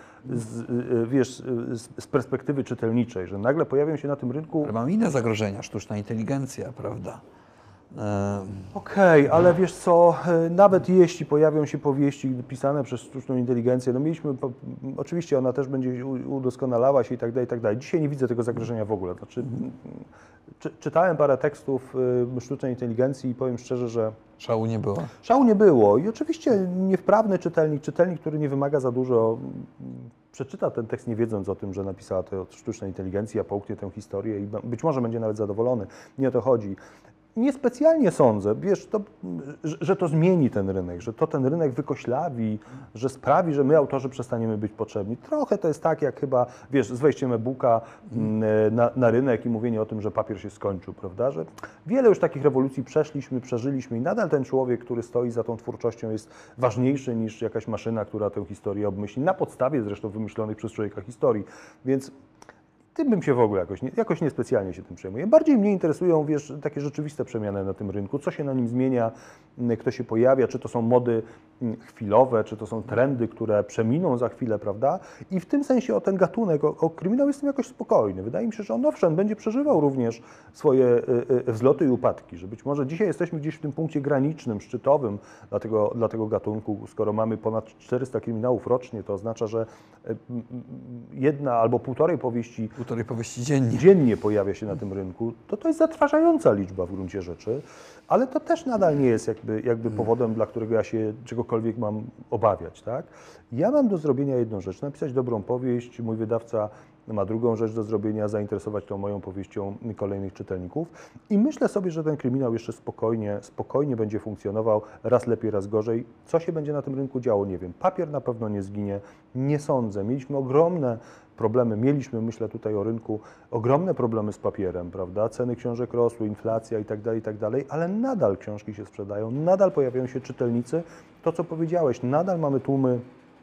z perspektywy czytelniczej, że nagle pojawią się na tym rynku... Ale mamy inne zagrożenia, sztuczna inteligencja, prawda? Okej, ale wiesz co, nawet jeśli pojawią się powieści pisane przez sztuczną inteligencję, no mieliśmy, oczywiście ona też będzie udoskonalała się i tak dalej, i tak dalej. Dzisiaj nie widzę tego zagrożenia w ogóle. Znaczy, czytałem parę tekstów sztucznej inteligencji i powiem szczerze, że Szału nie było. szału nie było i oczywiście niewprawny czytelnik, który nie wymaga za dużo, przeczyta ten tekst nie wiedząc o tym, że napisała to sztuczna inteligencja, połknie tę historię i być może będzie nawet zadowolony. Nie o to chodzi. Niespecjalnie sądzę, wiesz, że to zmieni ten rynek, że to ten rynek wykoślawi, że sprawi, że my, autorzy, przestaniemy być potrzebni. Trochę to jest tak, jak chyba, wiesz, z wejściem e-booka na rynek i mówienie o tym, że papier się skończył, prawda? Że wiele już takich rewolucji przeżyliśmy i nadal ten człowiek, który stoi za tą twórczością, jest ważniejszy niż jakaś maszyna, która tę historię obmyśli, na podstawie zresztą wymyślonych przez człowieka historii. Więc tym bym się w ogóle jakoś niespecjalnie się tym przejmuję. Bardziej mnie interesują, wiesz, takie rzeczywiste przemiany na tym rynku, co się na nim zmienia, kto się pojawia, czy to są mody chwilowe, czy to są trendy, które przeminą za chwilę, prawda? I w tym sensie o ten gatunek, o kryminał jestem jakoś spokojny. Wydaje mi się, że on owszem będzie przeżywał również swoje wzloty i upadki, że być może dzisiaj jesteśmy gdzieś w tym punkcie granicznym, szczytowym dla tego gatunku. Skoro mamy ponad 400 kryminałów rocznie, to oznacza, że jedna albo półtorej powieści dziennie pojawia się na tym rynku, to jest zatrważająca liczba w gruncie rzeczy, ale to też nadal nie jest jakby powodem, dla którego ja się czegokolwiek mam obawiać, tak? Ja mam do zrobienia jedną rzecz, napisać dobrą powieść, mój wydawca ma drugą rzecz do zrobienia, zainteresować tą moją powieścią kolejnych czytelników i myślę sobie, że ten kryminał jeszcze spokojnie będzie funkcjonował, raz lepiej, raz gorzej. Co się będzie na tym rynku działo, nie wiem. Papier na pewno nie zginie, nie sądzę. Mieliśmy ogromne problemy, myślę tutaj o rynku, ogromne problemy z papierem, prawda? Ceny książek rosły, inflacja i tak dalej, ale nadal książki się sprzedają, nadal pojawiają się czytelnicy. To, co powiedziałeś, nadal mamy tłumy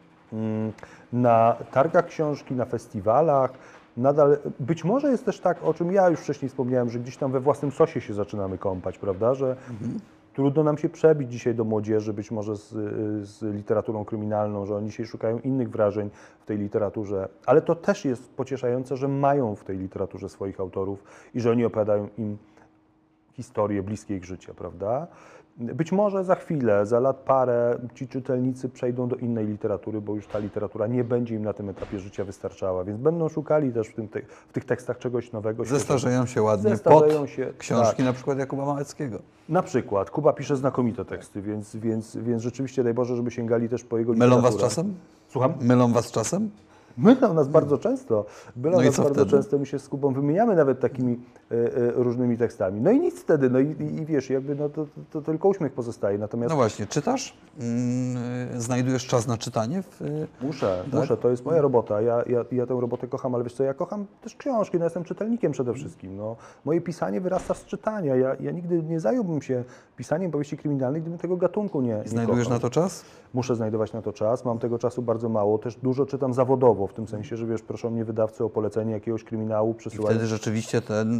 na targach książki, na festiwalach, nadal, być może jest też tak, o czym ja już wcześniej wspomniałem, że gdzieś tam we własnym sosie się zaczynamy kąpać, prawda, że trudno nam się przebić dzisiaj do młodzieży, być może z literaturą kryminalną, że oni dzisiaj szukają innych wrażeń w tej literaturze, ale to też jest pocieszające, że mają w tej literaturze swoich autorów i że oni opowiadają im historię bliskie ich życia, prawda? Być może za chwilę, za lat parę ci czytelnicy przejdą do innej literatury, bo już ta literatura nie będzie im na tym etapie życia wystarczała, więc będą szukali też w tych tekstach czegoś nowego. Zestarzeją się ładnie książki tak. Na przykład Jakuba Małeckiego. Na przykład. Kuba pisze znakomite teksty, więc rzeczywiście daj Boże, żeby sięgali też po jego literaturę. Mylą was czasem? Słucham? Mylą was czasem? Mylą nas bardzo często. Często my się z Kubą wymieniamy nawet takimi różnymi tekstami. No i nic wtedy, no i wiesz, jakby no to tylko uśmiech pozostaje. Natomiast no właśnie, czytasz? Znajdujesz czas na czytanie? Muszę, to jest moja robota. Ja tę robotę kocham, ale wiesz co, ja kocham też książki, no jestem czytelnikiem przede wszystkim. No, moje pisanie wyrasta z czytania. Ja nigdy nie zająłbym się pisaniem powieści kryminalnych, gdybym tego gatunku nie Znajdujesz kochał. na to czas? Muszę znajdować na to czas, mam tego czasu bardzo mało, też dużo czytam zawodowo, w tym sensie, że wiesz, proszą mnie wydawcy o polecenie jakiegoś kryminału, I wtedy rzeczywiście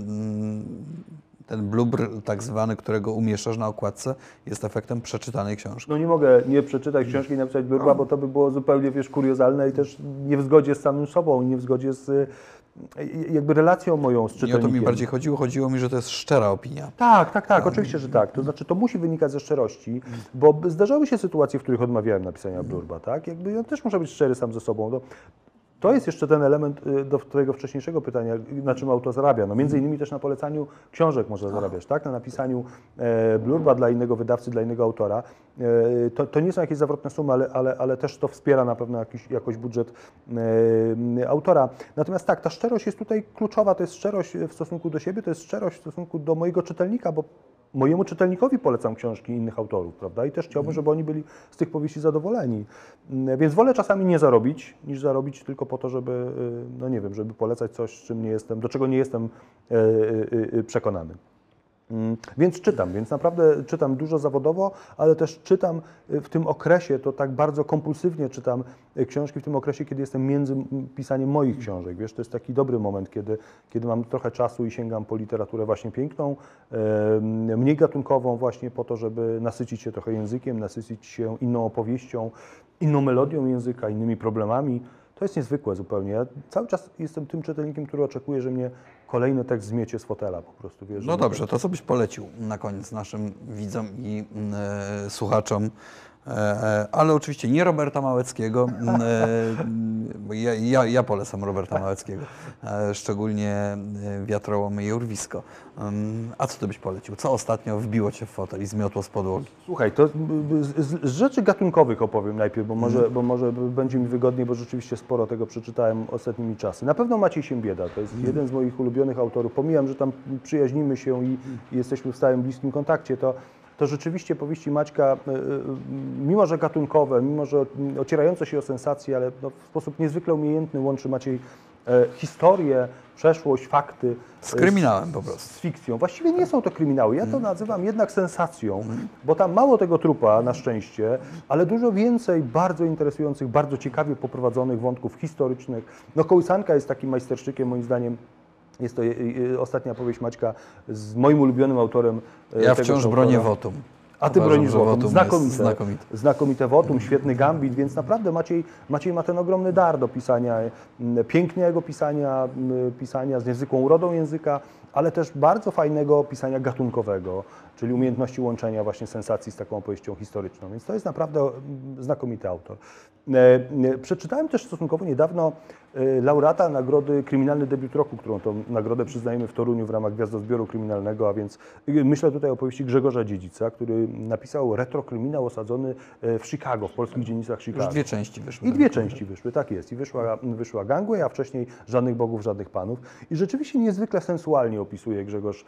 ten blubr tak zwany, którego umieszczasz na okładce, jest efektem przeczytanej książki. No nie mogę nie przeczytać książki i napisać blurba, bo to by było zupełnie, wiesz, kuriozalne i też nie w zgodzie z samym sobą, nie w zgodzie z jakby relacją moją z czytelnikiem. Nie o to mi bardziej chodziło. Chodziło mi, że to jest szczera opinia. Tak, oczywiście, że tak. To znaczy, to musi wynikać ze szczerości, bo zdarzały się sytuacje, w których odmawiałem napisania blurba, tak? Jakby ja też muszę być szczery sam ze sobą. To jest jeszcze ten element do twojego wcześniejszego pytania, na czym autor zarabia. No między innymi też na polecaniu książek można zarabiać, tak? Na napisaniu blurba dla innego wydawcy, dla innego autora. To nie są jakieś zawrotne sumy, ale też to wspiera na pewno jakoś budżet autora. Natomiast tak, ta szczerość jest tutaj kluczowa, to jest szczerość w stosunku do siebie, to jest szczerość w stosunku do mojego czytelnika, bo mojemu czytelnikowi polecam książki innych autorów, prawda? I też chciałbym, żeby oni byli z tych powieści zadowoleni. Więc wolę czasami nie zarobić, niż zarobić tylko po to, żeby, no nie wiem, żeby polecać coś, do czego nie jestem przekonany. Więc naprawdę czytam dużo zawodowo, ale też czytam w tym okresie, to tak bardzo kompulsywnie czytam książki w tym okresie, kiedy jestem między pisaniem moich książek. Wiesz, to jest taki dobry moment, kiedy mam trochę czasu i sięgam po literaturę właśnie piękną, mniej gatunkową właśnie po to, żeby nasycić się trochę językiem, nasycić się inną opowieścią, inną melodią języka, innymi problemami To jest niezwykłe zupełnie. Ja cały czas jestem tym czytelnikiem, który oczekuje, że mnie kolejny tekst zmiecie z fotela po prostu. Wiesz, No dobrze, to co byś polecił na koniec naszym widzom i słuchaczom? Ale oczywiście nie Roberta Małeckiego, bo ja polecam Roberta Małeckiego, szczególnie Wiatrołomy i Urwisko. A co ty byś polecił? Co ostatnio wbiło cię w fotel i zmiotło z podłogi? Słuchaj, to z rzeczy gatunkowych opowiem najpierw, bo może będzie mi wygodniej, bo rzeczywiście sporo tego przeczytałem ostatnimi czasy. Na pewno Maciej Siembieda, to jest jeden z moich ulubionych autorów. Pomijam, że tam przyjaźnimy się i jesteśmy w stałym, bliskim kontakcie, to rzeczywiście powieści Maćka, mimo że gatunkowe, mimo że ocierające się o sensacje, ale no, w sposób niezwykle umiejętny łączy Maciej historię, przeszłość, fakty. Z kryminałem po prostu. Z fikcją. Właściwie nie są to kryminały, ja to nazywam jednak sensacją, bo tam mało tego trupa na szczęście, ale dużo więcej bardzo interesujących, bardzo ciekawie poprowadzonych wątków historycznych. No Kołysanka jest takim majstersztykiem moim zdaniem. Jest to ostatnia powieść Maćka z moim ulubionym autorem. Ja wciąż bronię wotum. A ty bronisz wotum. Znakomite. Znakomite wotum, świetny gambit, więc naprawdę Maciej ma ten ogromny dar do pisania, pięknego pisania z niezwykłą urodą języka, ale też bardzo fajnego pisania gatunkowego, czyli umiejętności łączenia właśnie sensacji z taką opowieścią historyczną. Więc to jest naprawdę znakomity autor. Przeczytałem też stosunkowo niedawno laureata nagrody Kryminalny Debiut Roku, którą tą nagrodę przyznajemy w Toruniu w ramach Gwiazdozbioru Kryminalnego, a więc myślę tutaj o powieści Grzegorza Dziedzica, który napisał retrokryminał osadzony w Chicago, w polskich dzielnicach Chicago. Już 2 części wyszły. I 2 części wyszły, tak jest. I wyszła Gangway, a wcześniej Żadnych Bogów, Żadnych Panów. I rzeczywiście niezwykle sensualnie opisuje Grzegorz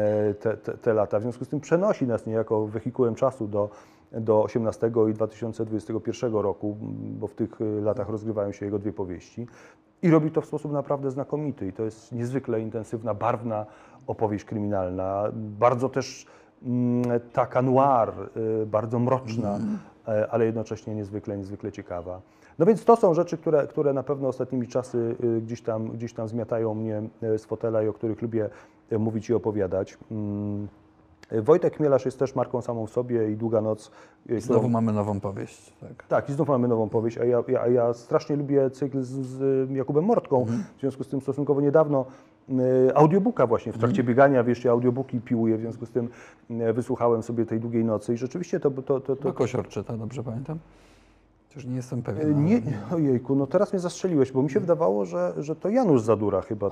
te lata. W związku z tym przenosi nas niejako wehikułem czasu do 18 i 2021 roku, bo w tych latach rozgrywają się jego 2 powieści. I robi to w sposób naprawdę znakomity. I to jest niezwykle intensywna, barwna opowieść kryminalna. Bardzo też taka noir, bardzo mroczna, ale jednocześnie niezwykle ciekawa. No więc to są rzeczy, które na pewno ostatnimi czasy gdzieś tam zmiatają mnie z fotela i o których lubię mówić i opowiadać. Wojtek Chmielarz jest też marką samą w sobie i Długa noc. Znowu mamy nową powieść. Tak, i znów mamy nową powieść, a ja strasznie lubię cykl z Jakubem Mortką, w związku z tym stosunkowo niedawno audiobooka właśnie, w trakcie biegania, wiesz, ja audiobooki piłuję, w związku z tym wysłuchałem sobie tej Długiej nocy i rzeczywiście to... Kosior czyta, dobrze pamiętam? Już nie jestem pewien. Nie, ojejku, no teraz mnie zastrzeliłeś, bo mi się wydawało, że to Janusz Zadura chyba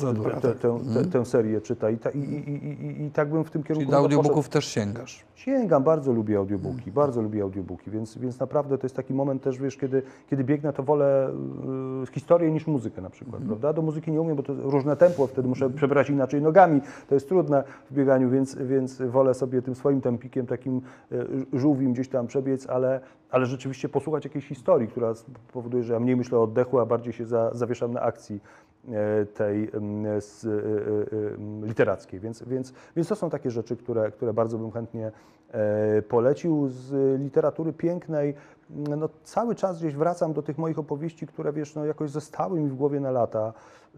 tę serię czyta i tak bym w tym kierunku... Czyli do audiobooków też sięgasz? Sięgam, bardzo lubię audiobooki, więc naprawdę to jest taki moment też, wiesz, kiedy biegnę, to wolę historię niż muzykę na przykład, prawda? Do muzyki nie umiem, bo to różne tempo, wtedy muszę przebrać inaczej nogami, to jest trudne w bieganiu, więc wolę sobie tym swoim tempikiem, takim żółwim gdzieś tam przebiec, ale rzeczywiście posłuchać jakiejś historii, która powoduje, że ja mniej myślę o oddechu, a bardziej się zawieszam na akcji tej literackiej. Więc to są takie rzeczy, które bardzo bym chętnie polecił. Z literatury pięknej no, cały czas gdzieś wracam do tych moich opowieści, które wiesz, no, jakoś zostały mi w głowie na lata.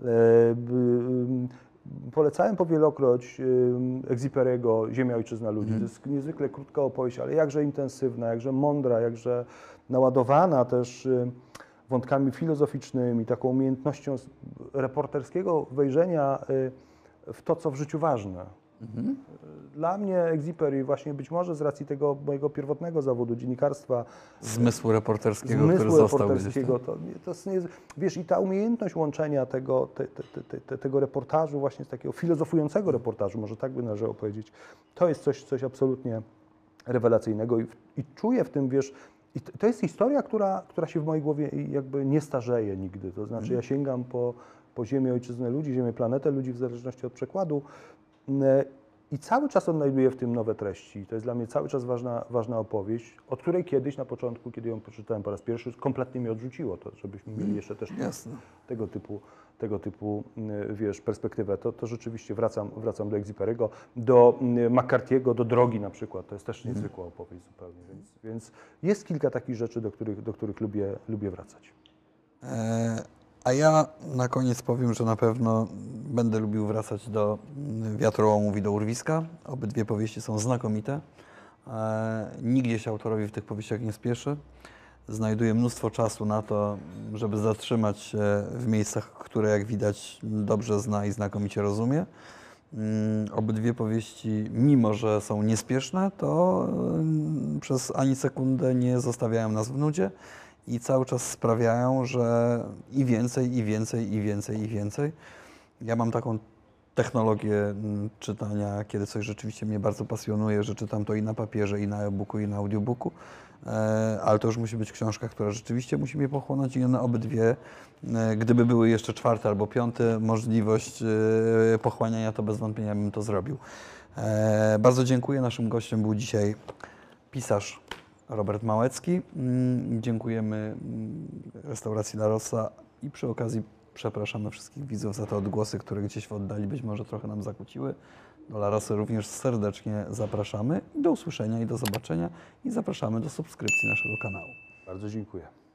Polecałem powielokroć Exupery'ego Ziemia, Ojczyzna Ludzi. To jest niezwykle krótka opowieść, ale jakże intensywna, jakże mądra, jakże naładowana też wątkami filozoficznymi, taką umiejętnością reporterskiego wejrzenia w to, co w życiu ważne. Dla mnie Exupery właśnie być może z racji tego mojego pierwotnego zawodu dziennikarstwa, zmysłu reporterskiego, który został gdzieś tam. To jest, wiesz, i ta umiejętność łączenia tego reportażu właśnie z takiego filozofującego reportażu, może tak by należało powiedzieć, to jest coś absolutnie rewelacyjnego i czuję w tym, wiesz, i to jest historia, która się w mojej głowie jakby nie starzeje nigdy, to znaczy ja sięgam po Ziemię, Ojczyznę Ludzi, Ziemię, Planetę Ludzi w zależności od przekładu i cały czas odnajduję w tym nowe treści. To jest dla mnie cały czas ważna opowieść, od której kiedyś na początku, kiedy ją przeczytałem po raz pierwszy, kompletnie mnie odrzuciło to, żebyśmy mieli jeszcze też tego typu wiesz, perspektywę. To rzeczywiście wracam do Exupery'ego, do McCarthy'ego, do Drogi na przykład. To jest też niezwykła opowieść zupełnie. Więc jest kilka takich rzeczy, do których lubię wracać. A ja na koniec powiem, że na pewno będę lubił wracać do Wiatrołomów i do Urwiska. Obydwie powieści są znakomite. Nigdzie się autorowi w tych powieściach nie spieszy. znajduje mnóstwo czasu na to, żeby zatrzymać się w miejscach, które jak widać dobrze zna i znakomicie rozumie. Obydwie powieści, mimo że są niespieszne, to przez ani sekundę nie zostawiają nas w nudzie i cały czas sprawiają, że i więcej, i więcej, i więcej, i więcej. Ja mam taką technologię czytania, kiedy coś rzeczywiście mnie bardzo pasjonuje, że czytam to i na papierze, i na e-booku, i na audiobooku, ale to już musi być książka, która rzeczywiście musi mnie pochłonąć i one obydwie, gdyby były jeszcze czwarte albo piąte, możliwość pochłaniania, to bez wątpienia bym to zrobił. Bardzo dziękuję. Naszym gościem był dzisiaj pisarz Robert Małecki. Dziękujemy restauracji La Rosa i przy okazji przepraszamy wszystkich widzów za te odgłosy, które gdzieś w oddali być może trochę nam zakłóciły. Do La Rosy również serdecznie zapraszamy. Do usłyszenia i do zobaczenia i zapraszamy do subskrypcji naszego kanału. Bardzo dziękuję.